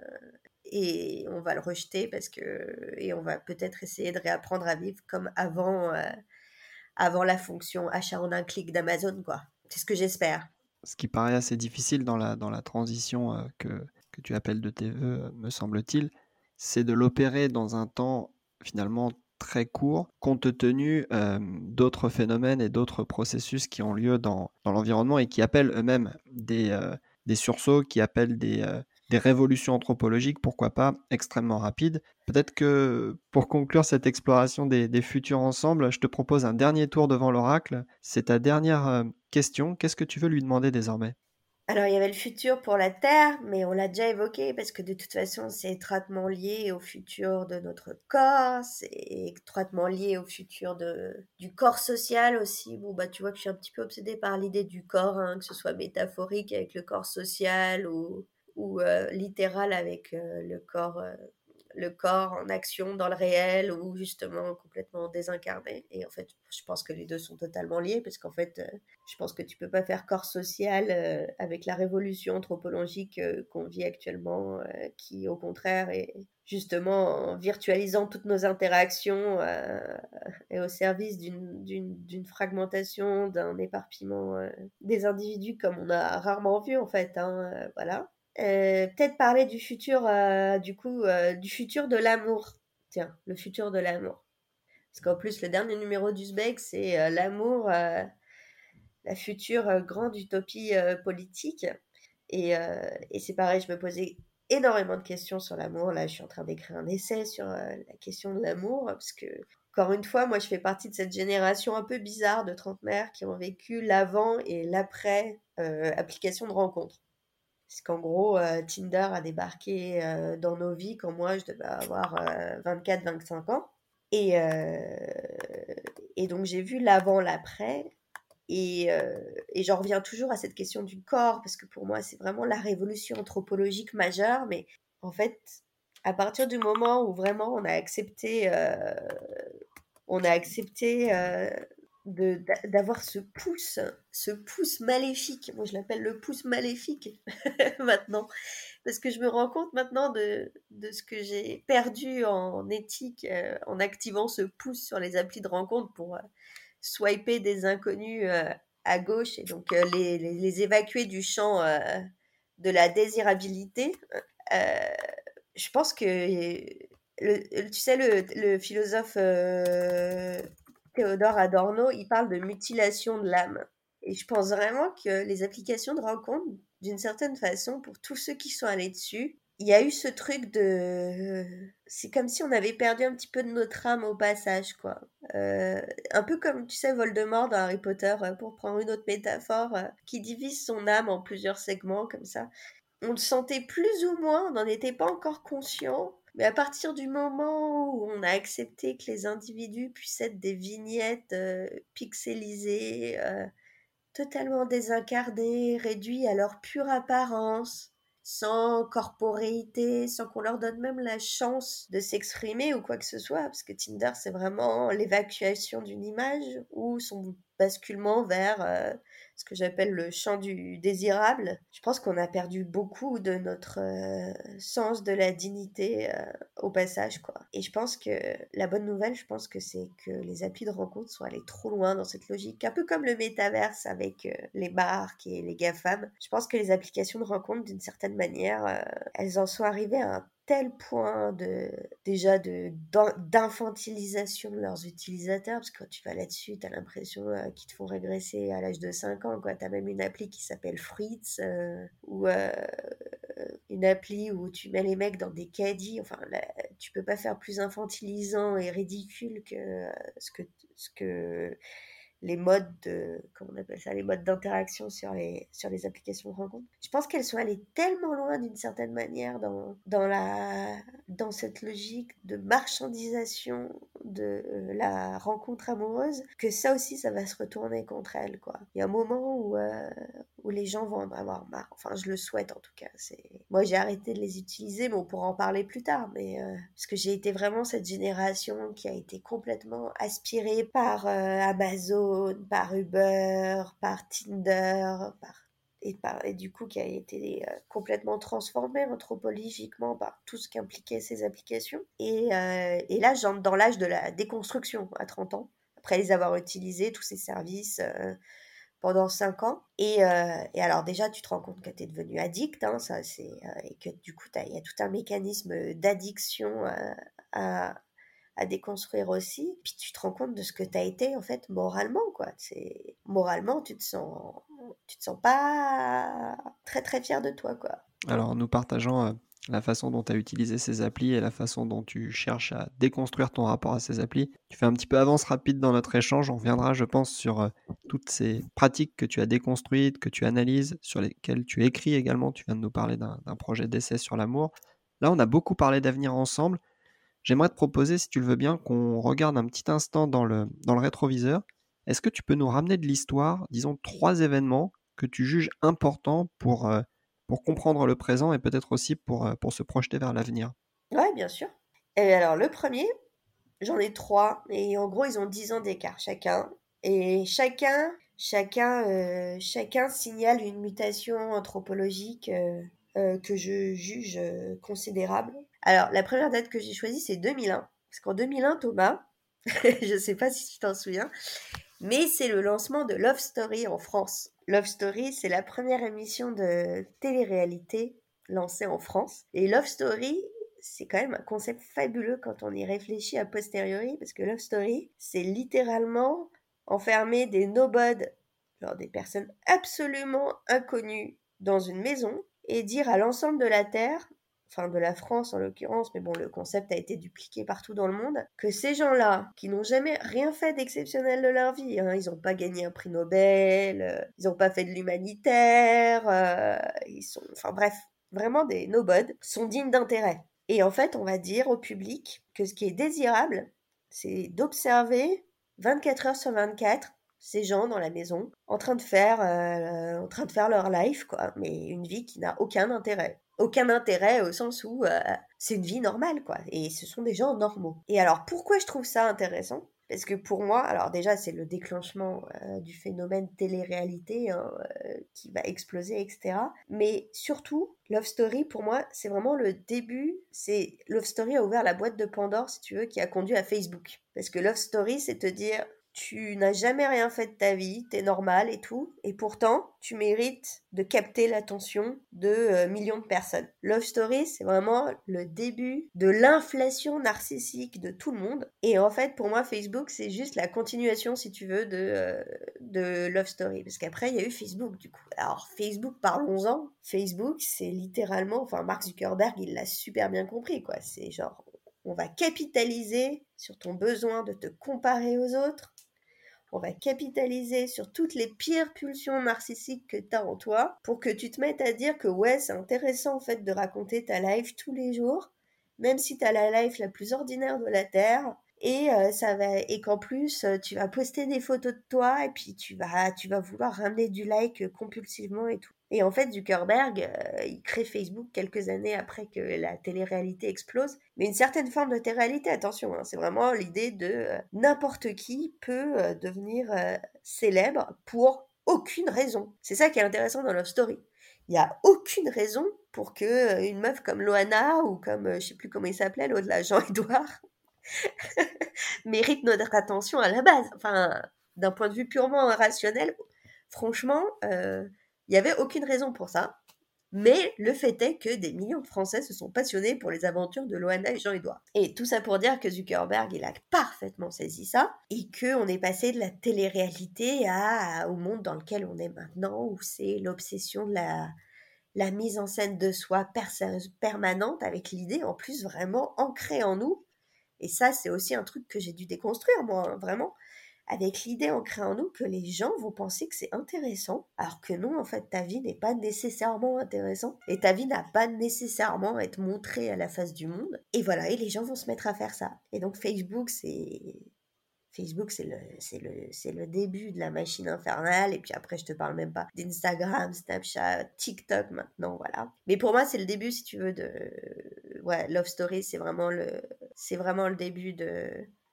et on va le rejeter parce que et on va peut-être essayer de réapprendre à vivre comme avant euh, avant la fonction achat en un clic d'Amazon, quoi. C'est ce que j'espère. Ce qui paraît assez difficile dans la, dans la transition euh, que, que tu appelles de tes voeux, euh, me semble-t-il, c'est de l'opérer dans un temps finalement très court, compte tenu euh, d'autres phénomènes et d'autres processus qui ont lieu dans, dans l'environnement et qui appellent eux-mêmes des, euh, des sursauts, qui appellent des, euh, des révolutions anthropologiques, pourquoi pas, extrêmement rapides. Peut-être que pour conclure cette exploration des, des futurs ensemble, je te propose un dernier tour devant l'oracle. C'est ta dernière euh, question. Qu'est-ce que tu veux lui demander désormais? Alors, il y avait le futur pour la Terre, mais on l'a déjà évoqué parce que de toute façon, c'est étroitement lié au futur de notre corps, c'est étroitement lié au futur de, du corps social aussi. Bon, bah, tu vois que je suis un petit peu obsédée par l'idée du corps, hein, que ce soit métaphorique avec le corps social ou, ou euh, littéral avec euh, le corps euh, le corps en action dans le réel ou justement complètement désincarné. Et en fait, je pense que les deux sont totalement liés parce qu'en fait, euh, je pense que tu peux pas faire corps social euh, avec la révolution anthropologique euh, qu'on vit actuellement, euh, qui au contraire est justement en virtualisant toutes nos interactions euh, et au service d'une, d'une, d'une fragmentation, d'un éparpillement euh, des individus comme on a rarement vu en fait. Hein, euh, voilà. Euh, peut-être parler du futur, euh, du coup, euh, du futur de l'amour. Tiens, le futur de l'amour. Parce qu'en plus, le dernier numéro d'Uzbek, c'est euh, l'amour, euh, la future euh, grande utopie euh, politique. Et, euh, et c'est pareil, je me posais énormément de questions sur l'amour. Là, je suis en train d'écrire un essai sur euh, la question de l'amour. Parce que, encore une fois, moi, je fais partie de cette génération un peu bizarre de trentenaires qui ont vécu l'avant et l'après euh, application de rencontre. Parce qu'en gros, euh, Tinder a débarqué euh, dans nos vies quand moi, je devais avoir euh, vingt-quatre vingt-cinq ans. Et, euh, et donc, j'ai vu l'avant, l'après. Et, euh, et j'en reviens toujours à cette question du corps, parce que pour moi, c'est vraiment la révolution anthropologique majeure. Mais en fait, à partir du moment où vraiment on a accepté, euh, on a accepté euh, de, d'a- d'avoir ce pouce, ce pouce maléfique. Moi, je l'appelle le pouce maléfique maintenant, parce que je me rends compte maintenant de, de ce que j'ai perdu en éthique euh, en activant ce pouce sur les applis de rencontre pour euh, swiper des inconnus euh, à gauche et donc euh, les, les, les évacuer du champ euh, de la désirabilité. Euh, je pense que le, tu sais, le, le philosophe euh, Théodore Adorno, il parle de mutilation de l'âme. Et je pense vraiment que les applications de rencontre, d'une certaine façon, pour tous ceux qui sont allés dessus, il y a eu ce truc de... C'est comme si on avait perdu un petit peu de notre âme au passage, quoi. Euh, un peu comme, tu sais, Voldemort dans Harry Potter, euh, pour prendre une autre métaphore, euh, qui divise son âme en plusieurs segments, comme ça. On le sentait plus ou moins, on n'en était pas encore conscient, mais à partir du moment où on a accepté que les individus puissent être des vignettes euh, pixelisées, euh, totalement désincarnés, réduits à leur pure apparence, sans corporéité, sans qu'on leur donne même la chance de s'exprimer ou quoi que ce soit, parce que Tinder, c'est vraiment l'évacuation d'une image ou son basculement vers euh, ce que j'appelle le champ du désirable. Je pense qu'on a perdu beaucoup de notre euh, sens de la dignité euh, au passage, quoi. Et je pense que la bonne nouvelle, je pense que c'est que les applis de rencontre sont allés trop loin dans cette logique, un peu comme le métaverse avec euh, les marques et les GAFAM. Je pense que les applications de rencontre, d'une certaine manière, euh, elles en sont arrivées à un tel point de déjà de d'in- d'infantilisation de leurs utilisateurs, parce que quand tu vas là-dessus, t'as l'impression euh, qu'ils te font régresser à l'âge de cinq ans, quoi. T'as même une appli qui s'appelle Fritz, euh, ou euh, une appli où tu mets les mecs dans des caddies. Enfin, là, tu peux pas faire plus infantilisant et ridicule que euh, ce que ce que les modes de, comment on appelle ça, les modes d'interaction sur les, sur les applications de rencontre. Je pense qu'elles sont allées tellement loin d'une certaine manière dans, dans, la, dans cette logique de marchandisation de la rencontre amoureuse que ça aussi, ça va se retourner contre elles, quoi. Il y a un moment où, euh, où les gens vont en avoir marre. Enfin, je le souhaite en tout cas. C'est... Moi, j'ai arrêté de les utiliser, mais on pourra en parler plus tard. Mais, euh, parce que j'ai été vraiment cette génération qui a été complètement aspirée par euh, Amazon, par Uber, par Tinder, par... Et, par... et du coup qui a été euh, complètement transformée anthropologiquement par tout ce qu'impliquaient ces applications. Et, euh, et là, j'entre dans l'âge de la déconstruction à trente ans, après les avoir utilisés, tous ces services. Euh, pendant cinq ans. Et, euh, et alors déjà, tu te rends compte que tu es devenu addict, hein, ça, c'est, euh, et que du coup, il y a tout un mécanisme d'addiction euh, à, à déconstruire aussi. Puis tu te rends compte de ce que tu as été, en fait, moralement, quoi. C'est, moralement, tu te sens, tu te sens pas très, très fier de toi, quoi. Alors, nous partageons euh, la façon dont tu as utilisé ces applis et la façon dont tu cherches à déconstruire ton rapport à ces applis. Tu fais un petit peu avance rapide dans notre échange. On reviendra, je pense, sur euh, toutes ces pratiques que tu as déconstruites, que tu analyses, sur lesquelles tu écris également. Tu viens de nous parler d'un, d'un projet d'essai sur l'amour. Là, on a beaucoup parlé d'avenir ensemble. J'aimerais te proposer, si tu le veux bien, qu'on regarde un petit instant dans le, dans le rétroviseur. Est-ce que tu peux nous ramener de l'histoire, disons trois événements que tu juges importants pour, euh, pour comprendre le présent et peut-être aussi pour, euh, pour se projeter vers l'avenir? Ouais, bien sûr. Et alors, le premier, j'en ai trois, et en gros, ils ont dix ans d'écart chacun. Et chacun, chacun, euh, chacun signale une mutation anthropologique euh, euh, que je juge euh, considérable. Alors, la première date que j'ai choisie, c'est deux mille un. Parce qu'en deux mille un, Thomas, je sais pas si tu t'en souviens, mais c'est le lancement de Love Story en France. Love Story, c'est la première émission de télé-réalité lancée en France. Et Love Story, c'est quand même un concept fabuleux quand on y réfléchit a posteriori, parce que Love Story, c'est littéralement enfermer des nobody, genre des personnes absolument inconnues, dans une maison et dire à l'ensemble de la Terre, enfin de la France en l'occurrence, mais bon, le concept a été dupliqué partout dans le monde, que ces gens-là, qui n'ont jamais rien fait d'exceptionnel de leur vie, hein, ils n'ont pas gagné un prix Nobel, euh, ils n'ont pas fait de l'humanitaire, euh, ils sont, enfin bref, vraiment des nobody, sont dignes d'intérêt. Et en fait, on va dire au public que ce qui est désirable, c'est d'observer vingt-quatre heures sur vingt-quatre ces gens dans la maison en train de faire euh, en train de faire leur life, quoi, mais une vie qui n'a aucun intérêt. Aucun intérêt au sens où euh, c'est une vie normale, quoi, et ce sont des gens normaux. Et alors pourquoi je trouve ça intéressant? Parce que pour moi, alors déjà, c'est le déclenchement euh, du phénomène télé-réalité hein, euh, qui va exploser, et cetera. Mais surtout, Love Story, pour moi, c'est vraiment le début. C'est Love Story a ouvert la boîte de Pandore, si tu veux, qui a conduit à Facebook. Parce que Love Story, c'est te dire, tu n'as jamais rien fait de ta vie, t'es normal et tout, et pourtant, tu mérites de capter l'attention de euh, millions de personnes. Love Story, c'est vraiment le début de l'inflation narcissique de tout le monde. Et en fait, pour moi, Facebook, c'est juste la continuation, si tu veux, de, euh, de Love Story. Parce qu'après, il y a eu Facebook, du coup. Alors, Facebook, parlons-en. Facebook, c'est littéralement, enfin, Mark Zuckerberg, il l'a super bien compris, quoi. C'est genre, on va capitaliser sur ton besoin de te comparer aux autres. On va capitaliser sur toutes les pires pulsions narcissiques que tu as en toi pour que tu te mettes à dire que ouais, c'est intéressant en fait de raconter ta life tous les jours, même si tu as la life la plus ordinaire de la Terre. Et euh, ça va et qu'en plus euh, tu vas poster des photos de toi et puis tu vas tu vas vouloir ramener du like euh, compulsivement et tout. Et en fait Zuckerberg euh, il crée Facebook quelques années après que la télé-réalité explose, mais une certaine forme de télé-réalité, attention, hein, c'est vraiment l'idée de euh, n'importe qui peut euh, devenir euh, célèbre pour aucune raison. C'est ça qui est intéressant dans Love Story. Il n'y a aucune raison pour que euh, une meuf comme Loana ou comme euh, je sais plus comment il s'appelait l'autre là, Jean-Édouard mérite notre attention à la base. Enfin, d'un point de vue purement rationnel, franchement, euh, il n'y avait aucune raison pour ça. Mais le fait est que des millions de Français se sont passionnés pour les aventures de Loana et Jean-Édouard. Et tout ça pour dire que Zuckerberg, il a parfaitement saisi ça, et qu'on est passé de la télé-réalité à, au monde dans lequel on est maintenant, où c'est l'obsession de la, la mise en scène de soi persa- permanente, avec l'idée en plus vraiment ancrée en nous. Et ça, c'est aussi un truc que j'ai dû déconstruire, moi, hein, vraiment, avec l'idée ancrée en nous que les gens vont penser que c'est intéressant, alors que non, en fait, ta vie n'est pas nécessairement intéressante, et ta vie n'a pas nécessairement à être montrée à la face du monde. Et voilà, et les gens vont se mettre à faire ça. Et donc Facebook, c'est... Facebook, c'est le, c'est, le, c'est le début de la machine infernale. Et puis après, je te parle même pas d'Instagram, Snapchat, TikTok maintenant, voilà. Mais pour moi, c'est le début, si tu veux, de... Ouais, Love Story, c'est vraiment le, c'est vraiment le début de,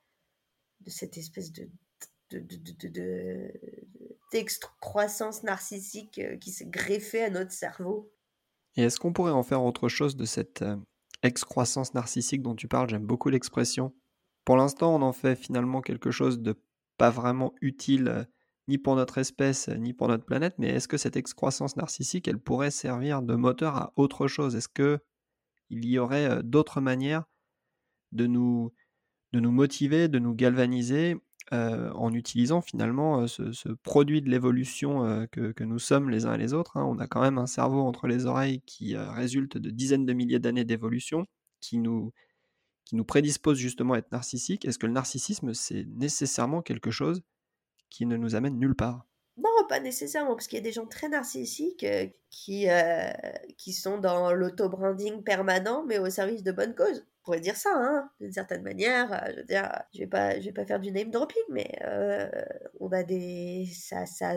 de cette espèce de, de, de, de, de, de d'excroissance narcissique euh, qui s'est greffée à notre cerveau. Et est-ce qu'on pourrait en faire autre chose de cette euh, excroissance narcissique dont tu parles? J'aime beaucoup l'expression. Pour l'instant, on en fait finalement quelque chose de pas vraiment utile euh, ni pour notre espèce euh, ni pour notre planète, mais est-ce que cette excroissance narcissique, elle pourrait servir de moteur à autre chose? Est-ce que il y aurait euh, d'autres manières de nous, de nous motiver, de nous galvaniser euh, en utilisant finalement euh, ce, ce produit de l'évolution euh, que, que nous sommes les uns et les autres, hein. On a quand même un cerveau entre les oreilles qui euh, résulte de dizaines de milliers d'années d'évolution, qui nous, qui nous prédispose justement à être narcissique. Est-ce que le narcissisme, c'est nécessairement quelque chose qui ne nous amène nulle part? Non, pas nécessairement, parce qu'il y a des gens très narcissiques euh, qui, euh, qui sont dans l'auto-branding permanent, mais au service de bonnes causes. On pourrait dire ça, hein, d'une certaine manière. Euh, je veux dire, je vais pas, je vais pas faire du name dropping, mais euh, on a des, ça, ça,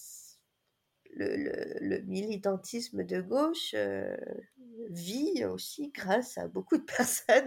le, le, le militantisme de gauche euh, vit aussi grâce à beaucoup de personnes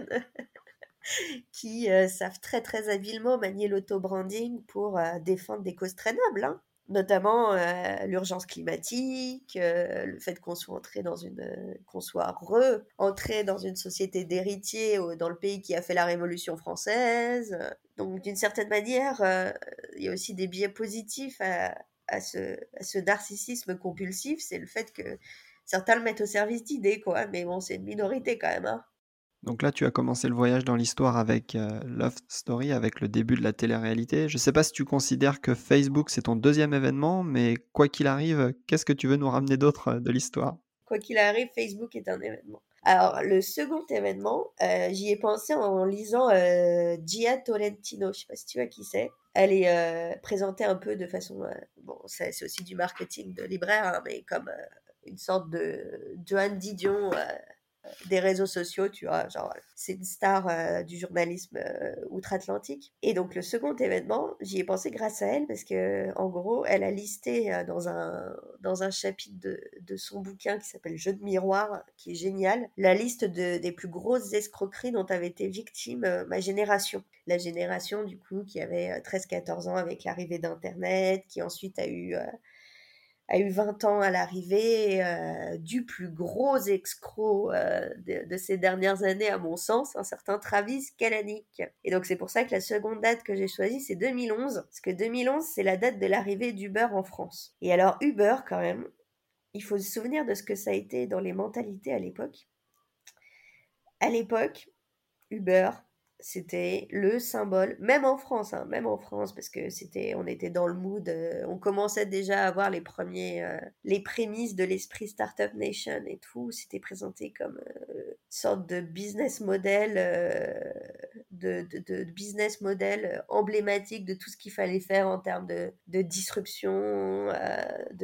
qui euh, savent très très habilement manier l'auto-branding pour euh, défendre des causes très nobles, hein. Notamment euh, l'urgence climatique, euh, le fait qu'on soit entré dans une, euh, qu'on soit re-entré dans une société d'héritiers euh, dans le pays qui a fait la Révolution française. Donc d'une certaine manière, euh, il y a aussi des biais positifs à, à, ce, à ce narcissisme compulsif, c'est le fait que certains le mettent au service d'idées, quoi. Mais bon, c'est une minorité quand même, hein. Donc là, tu as commencé le voyage dans l'histoire avec euh, Love Story, avec le début de la télé-réalité. Je ne sais pas si tu considères que Facebook, c'est ton deuxième événement, mais quoi qu'il arrive, qu'est-ce que tu veux nous ramener d'autre euh, de l'histoire? Quoi qu'il arrive, Facebook est un événement. Alors, le second événement, euh, j'y ai pensé en lisant euh, Gia Tolentino. Je sais pas si tu vois qui c'est. Elle est euh, présentée un peu de façon... euh, bon, c'est c'est aussi du marketing de libraire, hein, mais comme euh, une sorte de Joan Didion euh, des réseaux sociaux, tu vois, genre c'est une star euh, du journalisme euh, outre-Atlantique. Et donc le second événement, j'y ai pensé grâce à elle parce que en gros, elle a listé euh, dans un dans un chapitre de, de son bouquin qui s'appelle Jeu de miroir, qui est génial, la liste de, des plus grosses escroqueries dont avait été victime euh, ma génération. La génération du coup qui avait treize quatorze ans avec l'arrivée d'Internet, qui ensuite a eu euh, a eu vingt ans à l'arrivée, euh, du plus gros escroc euh, de, de ces dernières années, à mon sens, un certain Travis Kalanick. Et donc c'est pour ça que la seconde date que j'ai choisie, c'est deux mille onze, parce que deux mille onze, c'est la date de l'arrivée d'Uber en France. Et alors Uber, quand même, il faut se souvenir de ce que ça a été dans les mentalités à l'époque. À l'époque, Uber, c'était le symbole, même en France, hein, même en France, parce que c'était, on était dans le mood, euh, on commençait déjà à avoir les premiers, euh, les prémices de l'esprit Startup Nation et tout. C'était présenté comme euh, une sorte de business model, euh, de, de, de business model emblématique de tout ce qu'il fallait faire en termes de, de disruption, euh,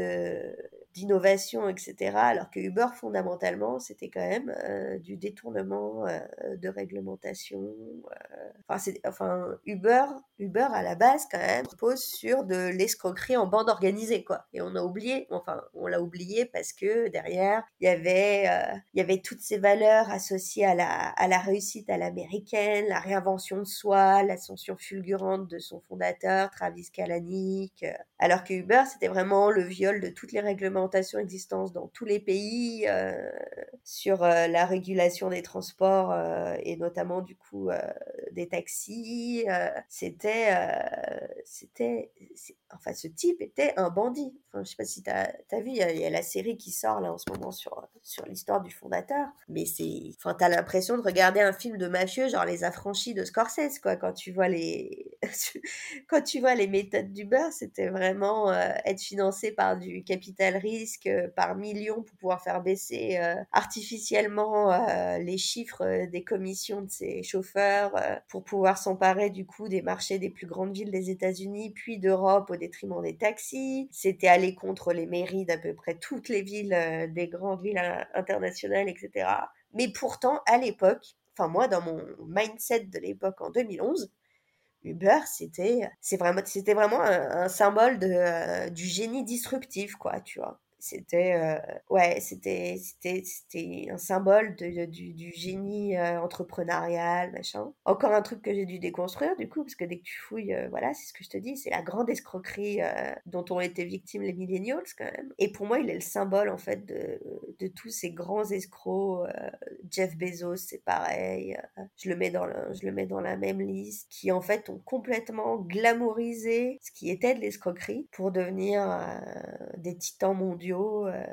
de d'innovation, et cetera. Alors que Uber, fondamentalement, c'était quand même euh, du détournement euh, de réglementation. Euh, enfin, c'est, enfin, Uber, Uber, à la base, quand même, repose sur de l'escroquerie en bande organisée, quoi. Et on a oublié, enfin, on l'a oublié parce que derrière, il y avait, euh, il y avait toutes ces valeurs associées à la, à la réussite à l'américaine, la réinvention de soi, l'ascension fulgurante de son fondateur, Travis Kalanick. Euh, alors que Uber, c'était vraiment le viol de toutes les réglementations existantes dans tous les pays, euh, sur euh, la régulation des transports euh, et notamment du coup euh, des taxis. Euh, c'était, euh, c'était, c'est- enfin, ce type était un bandit. Enfin, je sais pas si t'as, t'as vu, il y, a il y a la série qui sort là en ce moment sur sur l'histoire du fondateur. Mais c'est, enfin, t'as l'impression de regarder un film de mafieux, genre Les Affranchis de Scorsese, quoi, quand tu vois les quand tu vois les méthodes d'Uber, c'était vraiment euh, être financé par du capital risque, euh, par millions pour pouvoir faire baisser euh, artificiellement euh, les chiffres euh, des commissions de ses chauffeurs, euh, pour pouvoir s'emparer du coup des marchés des plus grandes villes des États-Unis, puis d'Europe au détriment des taxis. C'était aller contre les mairies d'à peu près toutes les villes, euh, des grandes villes euh, internationales, et cetera. Mais pourtant, à l'époque, enfin moi, dans mon mindset de l'époque en deux mille onze, Uber, c'était, c'est vraiment, c'était vraiment un, un symbole de, euh, du génie disruptif, quoi, tu vois. C'était, euh, ouais, c'était, c'était, c'était un symbole de, de- du, du génie euh, entrepreneurial, machin. Encore un truc que j'ai dû déconstruire, du coup, parce que dès que tu fouilles, euh, voilà, c'est ce que je te dis, c'est la grande escroquerie euh, dont ont été victimes les millennials, quand même. Et pour moi, il est le symbole, en fait, de, de tous ces grands escrocs. euh, Jeff Bezos, c'est pareil. euh, je le mets dans le, je le mets dans la même liste, qui en fait ont complètement glamourisé ce qui était de l'escroquerie pour devenir euh, des titans mondiaux, euh,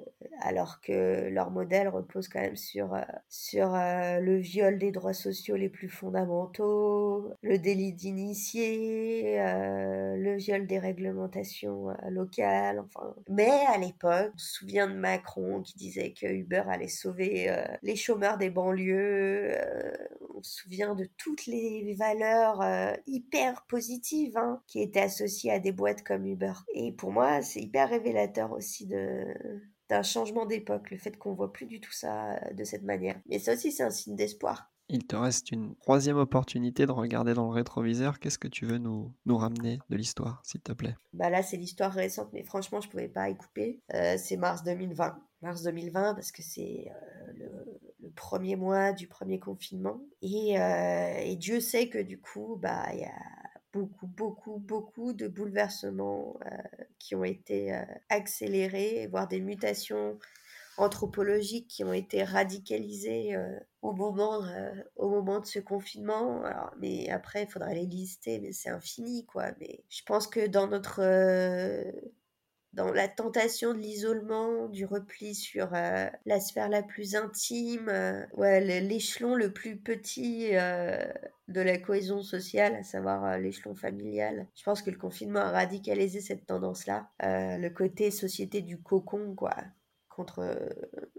alors que leur modèle repose quand même sur, euh, sur euh, le viol des droits sociaux les plus fondamentaux, le délit d'initié, euh, le viol des réglementations euh, locales, enfin. Mais à l'époque, on se souvient de Macron qui disait que Uber allait sauver euh, les chômeurs des banlieues, euh, on se souvient de toutes les valeurs euh, hyper positives, hein, qui étaient associées à des boîtes comme Uber. Et pour moi, c'est hyper révélateur aussi de d'un changement d'époque, le fait qu'on voit plus du tout ça euh, de cette manière. Mais ça aussi, c'est un signe d'espoir. Il te reste une troisième opportunité de regarder dans le rétroviseur. Qu'est-ce que tu veux nous, nous ramener de l'histoire, s'il te plaît? Bah là, c'est l'histoire récente, mais franchement, je pouvais pas y couper. Euh, c'est mars deux mille vingt. Mars deux mille vingt, parce que c'est euh, le, le premier mois du premier confinement. Et, euh, et Dieu sait que du coup, bah, il y a beaucoup, beaucoup, beaucoup de bouleversements euh, qui ont été euh, accélérés, voire des mutations anthropologiques qui ont été radicalisées euh, au moment euh, au moment de ce confinement. Alors, mais après, il faudrait les lister, mais c'est infini, quoi. Mais je pense que dans notre euh, dans la tentation de l'isolement, du repli sur euh, la sphère la plus intime, euh, ouais, le- l'échelon le plus petit euh, de la cohésion sociale, à savoir euh, l'échelon familial. Je pense que le confinement a radicalisé cette tendance-là. Euh, le côté société du cocon, quoi, contre euh,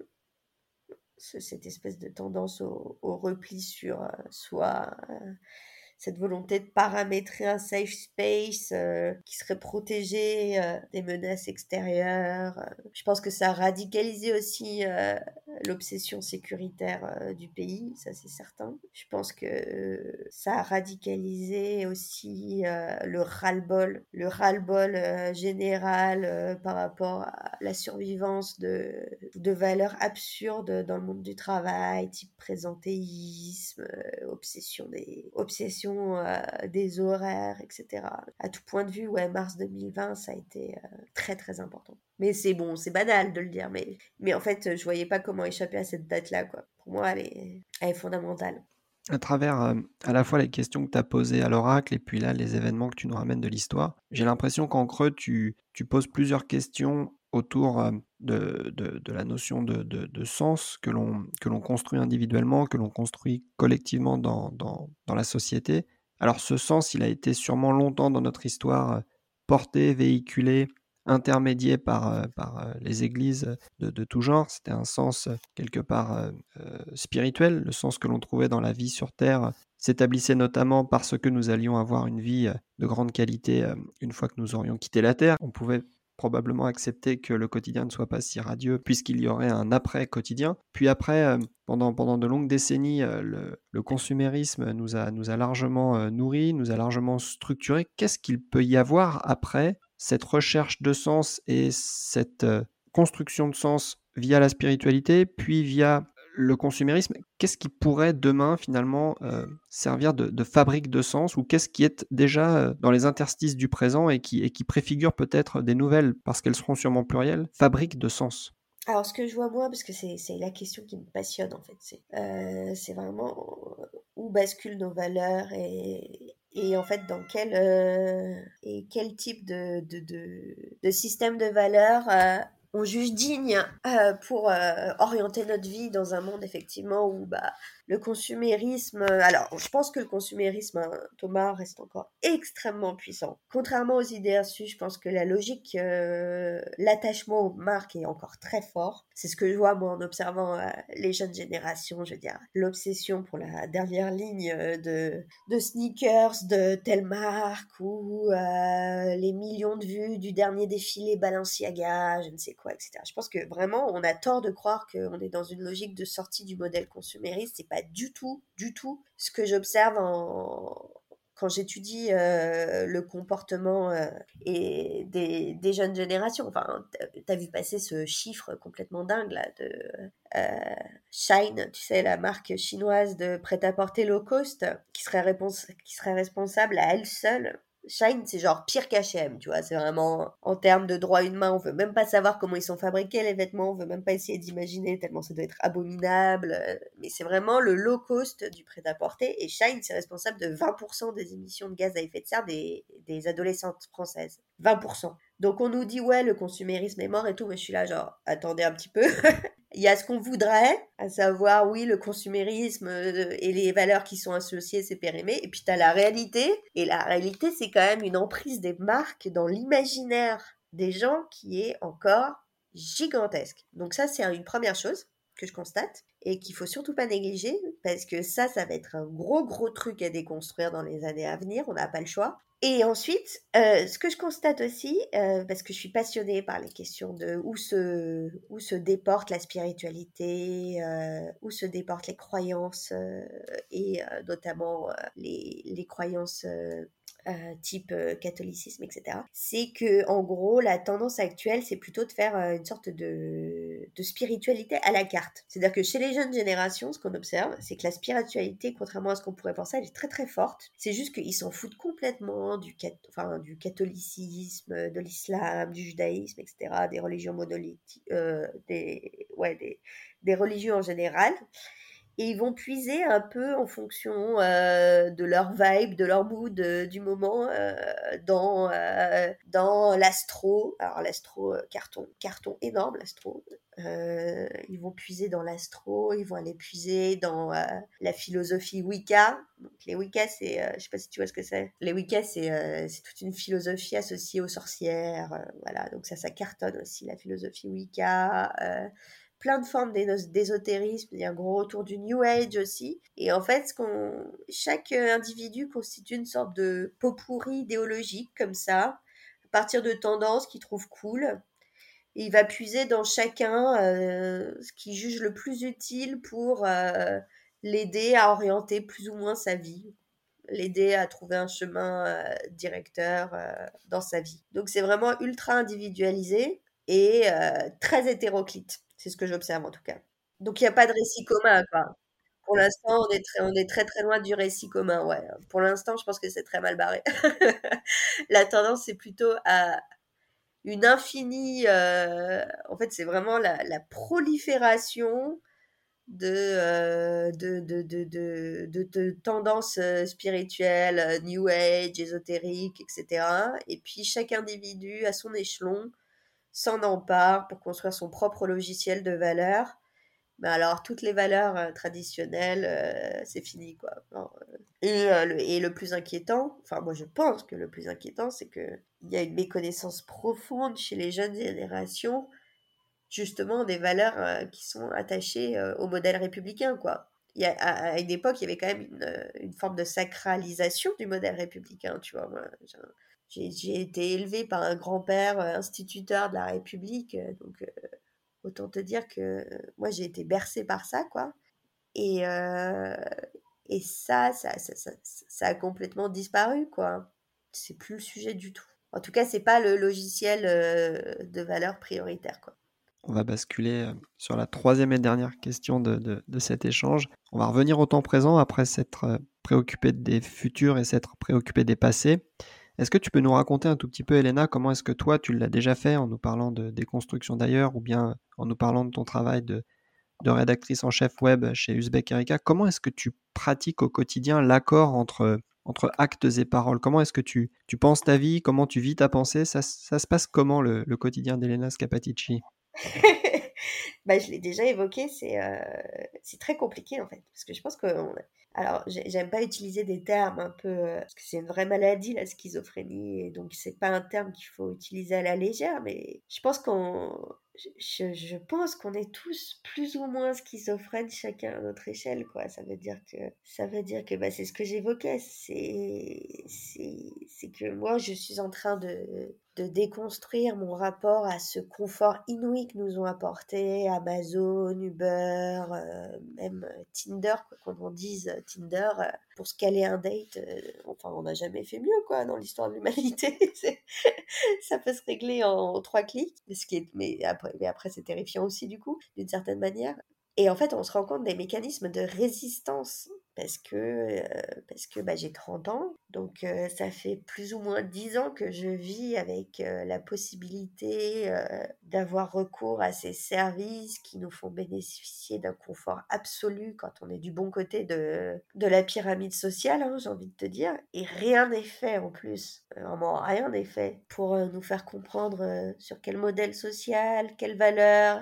ce- cette espèce de tendance au, au repli sur euh, soi, euh, cette volonté de paramétrer un safe space euh, qui serait protégé euh, des menaces extérieures. Euh, Je pense que ça a radicalisé aussi euh, l'obsession sécuritaire euh, du pays, ça c'est certain. Je pense que euh, ça a radicalisé aussi euh, le ras-le-bol, le ras-le-bol euh, général euh, par rapport à la survivance de, de valeurs absurdes dans le monde du travail, type présentéisme, euh, obsession des, obsession euh, des horaires, et cetera. À tout point de vue, ouais, mars deux mille vingt, ça a été euh, très très important. Mais c'est bon, c'est banal de le dire, mais, mais en fait, je voyais pas comment échapper à cette date-là, quoi. Pour moi, elle est, elle est fondamentale. À travers euh, à la fois les questions que tu as posées à l'oracle et puis là les événements que tu nous ramènes de l'histoire, j'ai l'impression qu'en creux, tu, tu poses plusieurs questions autour euh, de, de, de la notion de, de, de sens que l'on, que l'on construit individuellement, que l'on construit collectivement dans, dans, dans la société. Alors ce sens, il a été sûrement longtemps dans notre histoire euh, porté, véhiculé, intermédié par, euh, par euh, les églises de, de tout genre. C'était un sens euh, quelque part euh, euh, spirituel, le sens que l'on trouvait dans la vie sur Terre euh, s'établissait notamment parce que nous allions avoir une vie euh, de grande qualité euh, une fois que nous aurions quitté la Terre. On pouvait probablement accepter que le quotidien ne soit pas si radieux puisqu'il y aurait un après-quotidien. Puis après, euh, pendant, pendant de longues décennies, euh, le, le consumérisme nous a, nous a largement euh, nourris, nous a largement structurés. Qu'est-ce qu'il peut y avoir après cette recherche de sens et cette euh, construction de sens via la spiritualité, puis via le consumérisme? Qu'est-ce qui pourrait demain finalement euh, servir de, de fabrique de sens, ou qu'est-ce qui est déjà euh, dans les interstices du présent et qui, et qui préfigure peut-être des nouvelles, parce qu'elles seront sûrement plurielles, fabriques de sens? Alors, ce que je vois moi, parce que c'est, c'est la question qui me passionne, en fait, c'est, euh, c'est vraiment euh, où basculent nos valeurs et, et en fait, dans quel, euh, et quel type de, de, de, de système de valeurs euh, on juge digne euh, pour euh, orienter notre vie dans un monde, effectivement, où bah, le consumérisme... Alors, je pense que le consumérisme, hein, Thomas, reste encore extrêmement puissant. Contrairement aux idées reçues, je pense que la logique, euh, l'attachement aux marques est encore très fort. C'est ce que je vois, moi, en observant euh, les jeunes générations, je veux dire, l'obsession pour la dernière ligne euh, de, de sneakers de telle marque, ou euh, les millions de vues du dernier défilé Balenciaga, je ne sais quoi, et cetera. Je pense que vraiment, on a tort de croire qu'on est dans une logique de sortie du modèle consumériste. C'est pas du tout, du tout ce que j'observe en, quand j'étudie euh, le comportement euh, et des, des jeunes générations. Enfin, t'as vu passer ce chiffre complètement dingue là de euh, Shine, tu sais, la marque chinoise de prêt-à-porter low cost, qui serait, répons- qui serait responsable à elle seule. Shine, c'est genre pire qu'H et M, tu vois, c'est vraiment en termes de droit humain, on veut même pas savoir comment ils sont fabriqués les vêtements, on veut même pas essayer d'imaginer tellement ça doit être abominable, euh, mais c'est vraiment le low cost du prêt-à-porter, et Shine, c'est responsable de vingt pour cent des émissions de gaz à effet de serre des, des adolescentes françaises. vingt pour cent. Donc on nous dit ouais, le consumérisme est mort et tout, mais je suis là genre, attendez un petit peu. Il y a ce qu'on voudrait, à savoir, oui, le consumérisme euh, et les valeurs qui sont associées, c'est périmé. Et puis, tu as la réalité. Et la réalité, c'est quand même une emprise des marques dans l'imaginaire des gens qui est encore gigantesque. Donc ça, c'est une première chose que je constate et qu'il faut surtout pas négliger, parce que ça, ça va être un gros, gros truc à déconstruire dans les années à venir. On n'a pas le choix. Et ensuite, euh, ce que je constate aussi, euh, parce que je suis passionnée par les questions de où se, où se déporte la spiritualité, euh, où se déportent les croyances, euh, et euh, notamment euh, les, les croyances euh, euh, type euh, catholicisme, et cetera. C'est que, en gros, la tendance actuelle, c'est plutôt de faire euh, une sorte de, de spiritualité à la carte. C'est-à-dire que chez les jeunes générations, ce qu'on observe, c'est que la spiritualité, contrairement à ce qu'on pourrait penser, elle est très très forte. C'est juste qu'ils s'en foutent complètement du, cat- enfin, du catholicisme, de l'islam, du judaïsme, et cetera, des religions monolithiques, euh, des, ouais, des, des religions en général. Et ils vont puiser un peu en fonction euh, de leur vibe, de leur mood euh, du moment euh, dans, euh, dans l'astro. Alors l'astro, euh, carton, carton énorme l'astro. Euh, ils vont puiser dans l'astro, ils vont aller puiser dans euh, la philosophie Wicca. Donc les Wicca, c'est, euh, je sais pas si tu vois ce que c'est. Les Wicca, c'est, euh, c'est toute une philosophie associée aux sorcières. Euh, voilà, donc ça, ça cartonne aussi la philosophie Wicca. Euh, plein de formes d'ésotérisme, il y a un gros retour du New Age aussi. Et en fait, ce qu'on, chaque individu constitue une sorte de pot pourri idéologique comme ça, à partir de tendances qu'il trouve cool. Et il va puiser dans chacun euh, ce qu'il juge le plus utile pour euh, l'aider à orienter plus ou moins sa vie, l'aider à trouver un chemin euh, directeur euh, dans sa vie. Donc c'est vraiment ultra individualisé et euh, très hétéroclite. C'est ce que j'observe en tout cas. Donc il n'y a pas de récit commun, quoi. Pour l'instant, on est très, on est très très loin du récit commun, ouais. Pour l'instant, je pense que c'est très mal barré. La tendance, c'est plutôt à une infinie. Euh, en fait, c'est vraiment la, la prolifération de, euh, de, de, de, de, de, de tendances euh, spirituelles, euh, New Age, ésotériques, et cetera. Et puis, chaque individu, à son échelon, s'en empare pour construire son propre logiciel de valeurs. Mais alors, toutes les valeurs euh, traditionnelles, euh, c'est fini, quoi. Non, euh. Et, euh, le, et le plus inquiétant, enfin, moi je pense que le plus inquiétant, c'est qu'il y a une méconnaissance profonde chez les jeunes générations, justement, des valeurs euh, qui sont attachées euh, au modèle républicain, quoi. Il y a, à, à une époque, il y avait quand même une, euh, une forme de sacralisation du modèle républicain, tu vois. Moi, j'ai, j'ai été élevée par un grand-père euh, instituteur de la République, euh, donc euh, autant te dire que euh, moi j'ai été bercée par ça, quoi. Et, euh, et ça, ça, ça, ça, ça a complètement disparu, quoi. C'est plus le sujet du tout. En tout cas, c'est pas le logiciel euh, de valeur prioritaire, quoi. On va basculer euh, sur la troisième et dernière question de, de, de cet échange. On va revenir au temps présent après s'être euh, préoccupé des futurs et s'être préoccupé des passés. Est-ce que tu peux nous raconter un tout petit peu, Elena, comment est-ce que toi, tu l'as déjà fait en nous parlant de déconstruction d'ailleurs ou bien en nous parlant de ton travail de, de rédactrice en chef web chez Uzbek Erika? Comment est-ce que tu pratiques au quotidien l'accord entre, entre actes et paroles? Comment est-ce que tu, tu penses ta vie? Comment tu vis ta pensée? Ça, ça se passe comment le, le quotidien d'Elena Scappaticci? Bah, je l'ai déjà évoqué, c'est euh, c'est très compliqué en fait, parce que je pense que on- alors j'ai- j'aime pas utiliser des termes un peu euh, parce que c'est une vraie maladie la schizophrénie et donc c'est pas un terme qu'il faut utiliser à la légère, mais je pense qu'on je, je pense qu'on est tous plus ou moins schizophrènes chacun à notre échelle, quoi. Ça veut dire que ça veut dire que bah, c'est ce que j'évoquais, c'est c'est c'est que moi je suis en train de de déconstruire mon rapport à ce confort inouï que nous ont apporté Amazon, Uber, euh, même Tinder, quoi, qu'on en dise Tinder, euh, pour se caler un date, euh, enfin on n'a jamais fait mieux, quoi, dans l'histoire de l'humanité. C'est- ça peut se régler en trois clics, ce qui est, mais après, mais après c'est terrifiant aussi du coup, d'une certaine manière. Et en fait, on se rend compte des mécanismes de résistance parce que, euh, parce que bah, j'ai trente ans, donc euh, ça fait plus ou moins dix ans que je vis avec euh, la possibilité euh, d'avoir recours à ces services qui nous font bénéficier d'un confort absolu quand on est du bon côté de, de la pyramide sociale, hein, j'ai envie de te dire. Et rien n'est fait en plus, vraiment rien n'est fait pour euh, nous faire comprendre euh, sur quel modèle social, quelles valeurs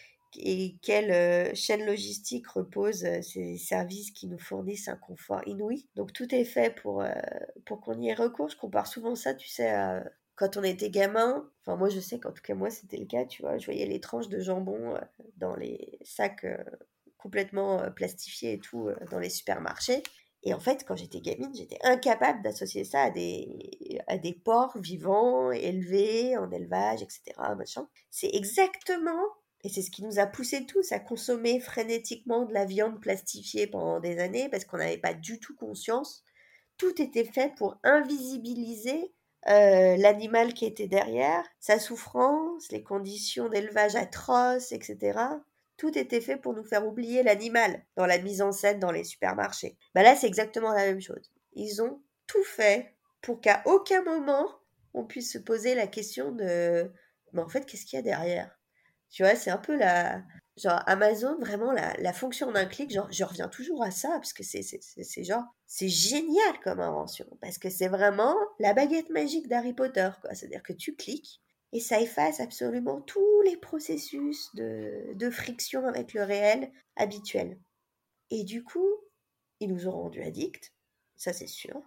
et quelle euh, chaîne logistique repose euh, ces services qui nous fournissent un confort inouï. Donc tout est fait pour, euh, pour qu'on y ait recours. Je compare souvent ça, tu sais, à quand on était gamin. Enfin, moi, je sais qu'en tout cas, moi, c'était le cas, tu vois. Je voyais les tranches de jambon euh, dans les sacs euh, complètement euh, plastifiés et tout euh, dans les supermarchés. Et en fait, quand j'étais gamine, j'étais incapable d'associer ça à des, à des porcs vivants, élevés, en élevage, et cetera. Machin. C'est exactement, et c'est ce qui nous a poussé tous à consommer frénétiquement de la viande plastifiée pendant des années, parce qu'on n'avait pas du tout conscience. Tout était fait pour invisibiliser euh, l'animal qui était derrière, sa souffrance, les conditions d'élevage atroces, et cetera. Tout était fait pour nous faire oublier l'animal dans la mise en scène dans les supermarchés. Bah là, c'est exactement la même chose. Ils ont tout fait pour qu'à aucun moment on puisse se poser la question de mais en fait, qu'est-ce qu'il y a derrière? Tu vois, c'est un peu la genre Amazon, vraiment la, la fonction d'un clic, genre je reviens toujours à ça parce que c'est c'est c'est c'est genre c'est génial comme invention parce que c'est vraiment la baguette magique d'Harry Potter, quoi. C'est-à-dire que tu cliques et ça efface absolument tous les processus de, de friction avec le réel habituel. Et du coup, ils nous ont rendus addicts, ça c'est sûr.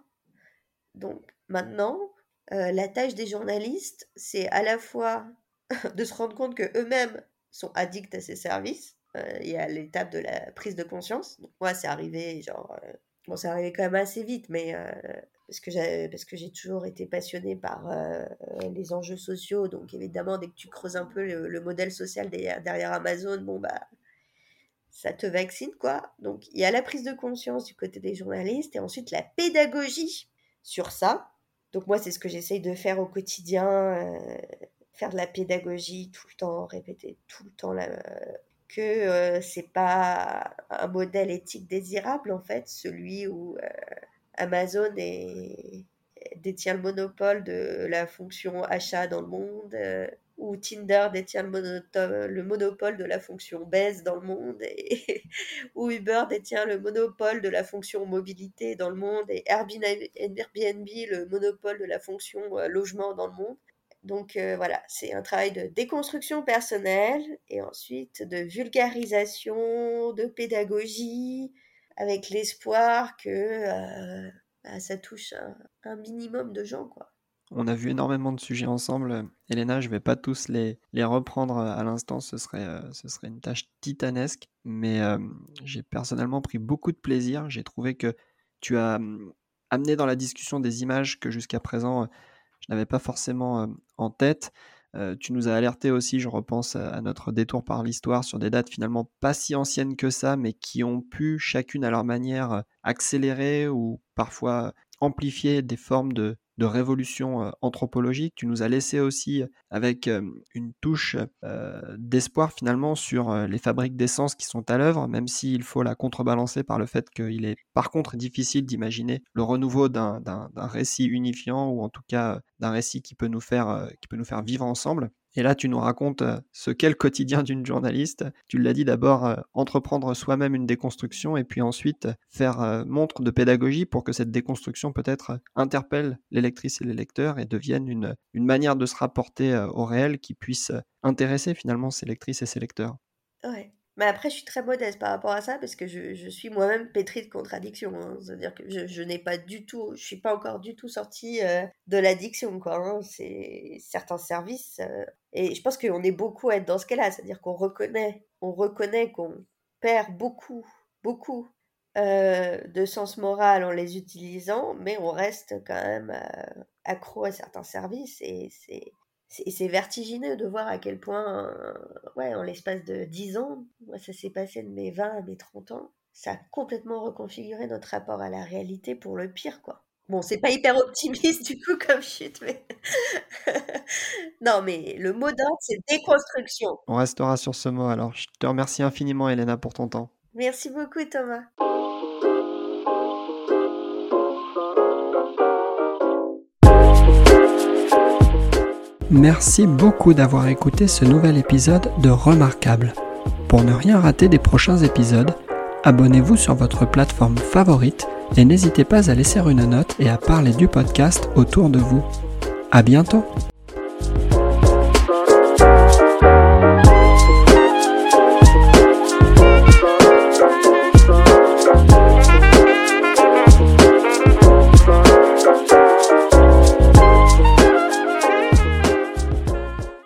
Donc maintenant, euh, la tâche des journalistes, c'est à la fois de se rendre compte que eux-mêmes sont addicts à ces services. Euh, Il y a l'étape de la prise de conscience. Donc moi, c'est arrivé, genre, euh, bon, c'est arrivé quand même assez vite, mais euh, parce que j'ai, parce que j'ai toujours été passionnée par euh, les enjeux sociaux. Donc évidemment, dès que tu creuses un peu le, le modèle social derrière, derrière Amazon, bon bah ça te vaccine quoi. Donc il y a la prise de conscience du côté des journalistes et ensuite la pédagogie sur ça. Donc moi c'est ce que j'essaye de faire au quotidien, euh, faire de la pédagogie tout le temps, répéter tout le temps la, que euh, c'est pas un modèle éthique désirable en fait, celui où euh, Amazon est, détient le monopole de la fonction achat dans le monde, euh, où Tinder détient le, monoto- le monopole de la fonction baise dans le monde, et où Uber détient le monopole de la fonction mobilité dans le monde, et Airbnb, Airbnb le monopole de la fonction euh, logement dans le monde. Donc euh, voilà, c'est un travail de déconstruction personnelle et ensuite de vulgarisation, de pédagogie, avec l'espoir que euh, bah, ça touche un, un minimum de gens, quoi. On a vu énormément de sujets ensemble. Elena, je ne vais pas tous les, les reprendre à l'instant, ce serait, euh, ce serait une tâche titanesque, mais euh, j'ai personnellement pris beaucoup de plaisir. J'ai trouvé que tu as euh, amené dans la discussion des images que jusqu'à présent, euh, je n'avais pas forcément euh, en tête. Euh, tu nous as alerté aussi, je repense à notre détour par l'histoire, sur des dates finalement pas si anciennes que ça, mais qui ont pu, chacune à leur manière, accélérer ou parfois amplifier des formes de, de révolution euh, anthropologique. Tu nous as laissé aussi avec euh, une touche euh, d'espoir finalement sur euh, les fabriques d'essence qui sont à l'œuvre, même s'il faut la contrebalancer par le fait qu'il est par contre difficile d'imaginer le renouveau d'un, d'un, d'un récit unifiant, ou en tout cas d'un récit qui peut nous faire, euh, qui peut nous faire vivre ensemble. Et là, tu nous racontes ce qu'est le quotidien d'une journaliste. Tu l'as dit, d'abord, euh, entreprendre soi-même une déconstruction et puis ensuite faire euh, montre de pédagogie pour que cette déconstruction peut-être interpelle les lectrices et les lecteurs et devienne une, une manière de se rapporter euh, au réel qui puisse intéresser finalement ces lectrices et ces lecteurs. Ouais. Mais après, je suis très modeste par rapport à ça parce que je, je suis moi-même pétrie de contradictions, hein. C'est-à-dire que je, je n'ai pas du tout, je suis pas encore du tout sortie euh, de l'addiction, quoi, hein. C'est certains services, euh, et je pense qu'on est beaucoup à être dans ce cas-là, c'est-à-dire qu'on reconnaît, on reconnaît qu'on perd beaucoup, beaucoup euh, de sens moral en les utilisant, mais on reste quand même euh, accro à certains services et c'est c'est, c'est vertigineux de voir à quel point, euh, ouais, en l'espace de dix ans, moi, ça s'est passé de mes vingt à mes trente ans, ça a complètement reconfiguré notre rapport à la réalité pour le pire, quoi. Bon, c'est pas hyper optimiste du coup comme chute, mais... non, mais le mot d'ordre, c'est déconstruction. On restera sur ce mot alors. Je te remercie infiniment, Elena, pour ton temps. Merci beaucoup, Thomas. Merci beaucoup d'avoir écouté ce nouvel épisode de Remarquable. Pour ne rien rater des prochains épisodes, abonnez-vous sur votre plateforme favorite et n'hésitez pas à laisser une note et à parler du podcast autour de vous. À bientôt!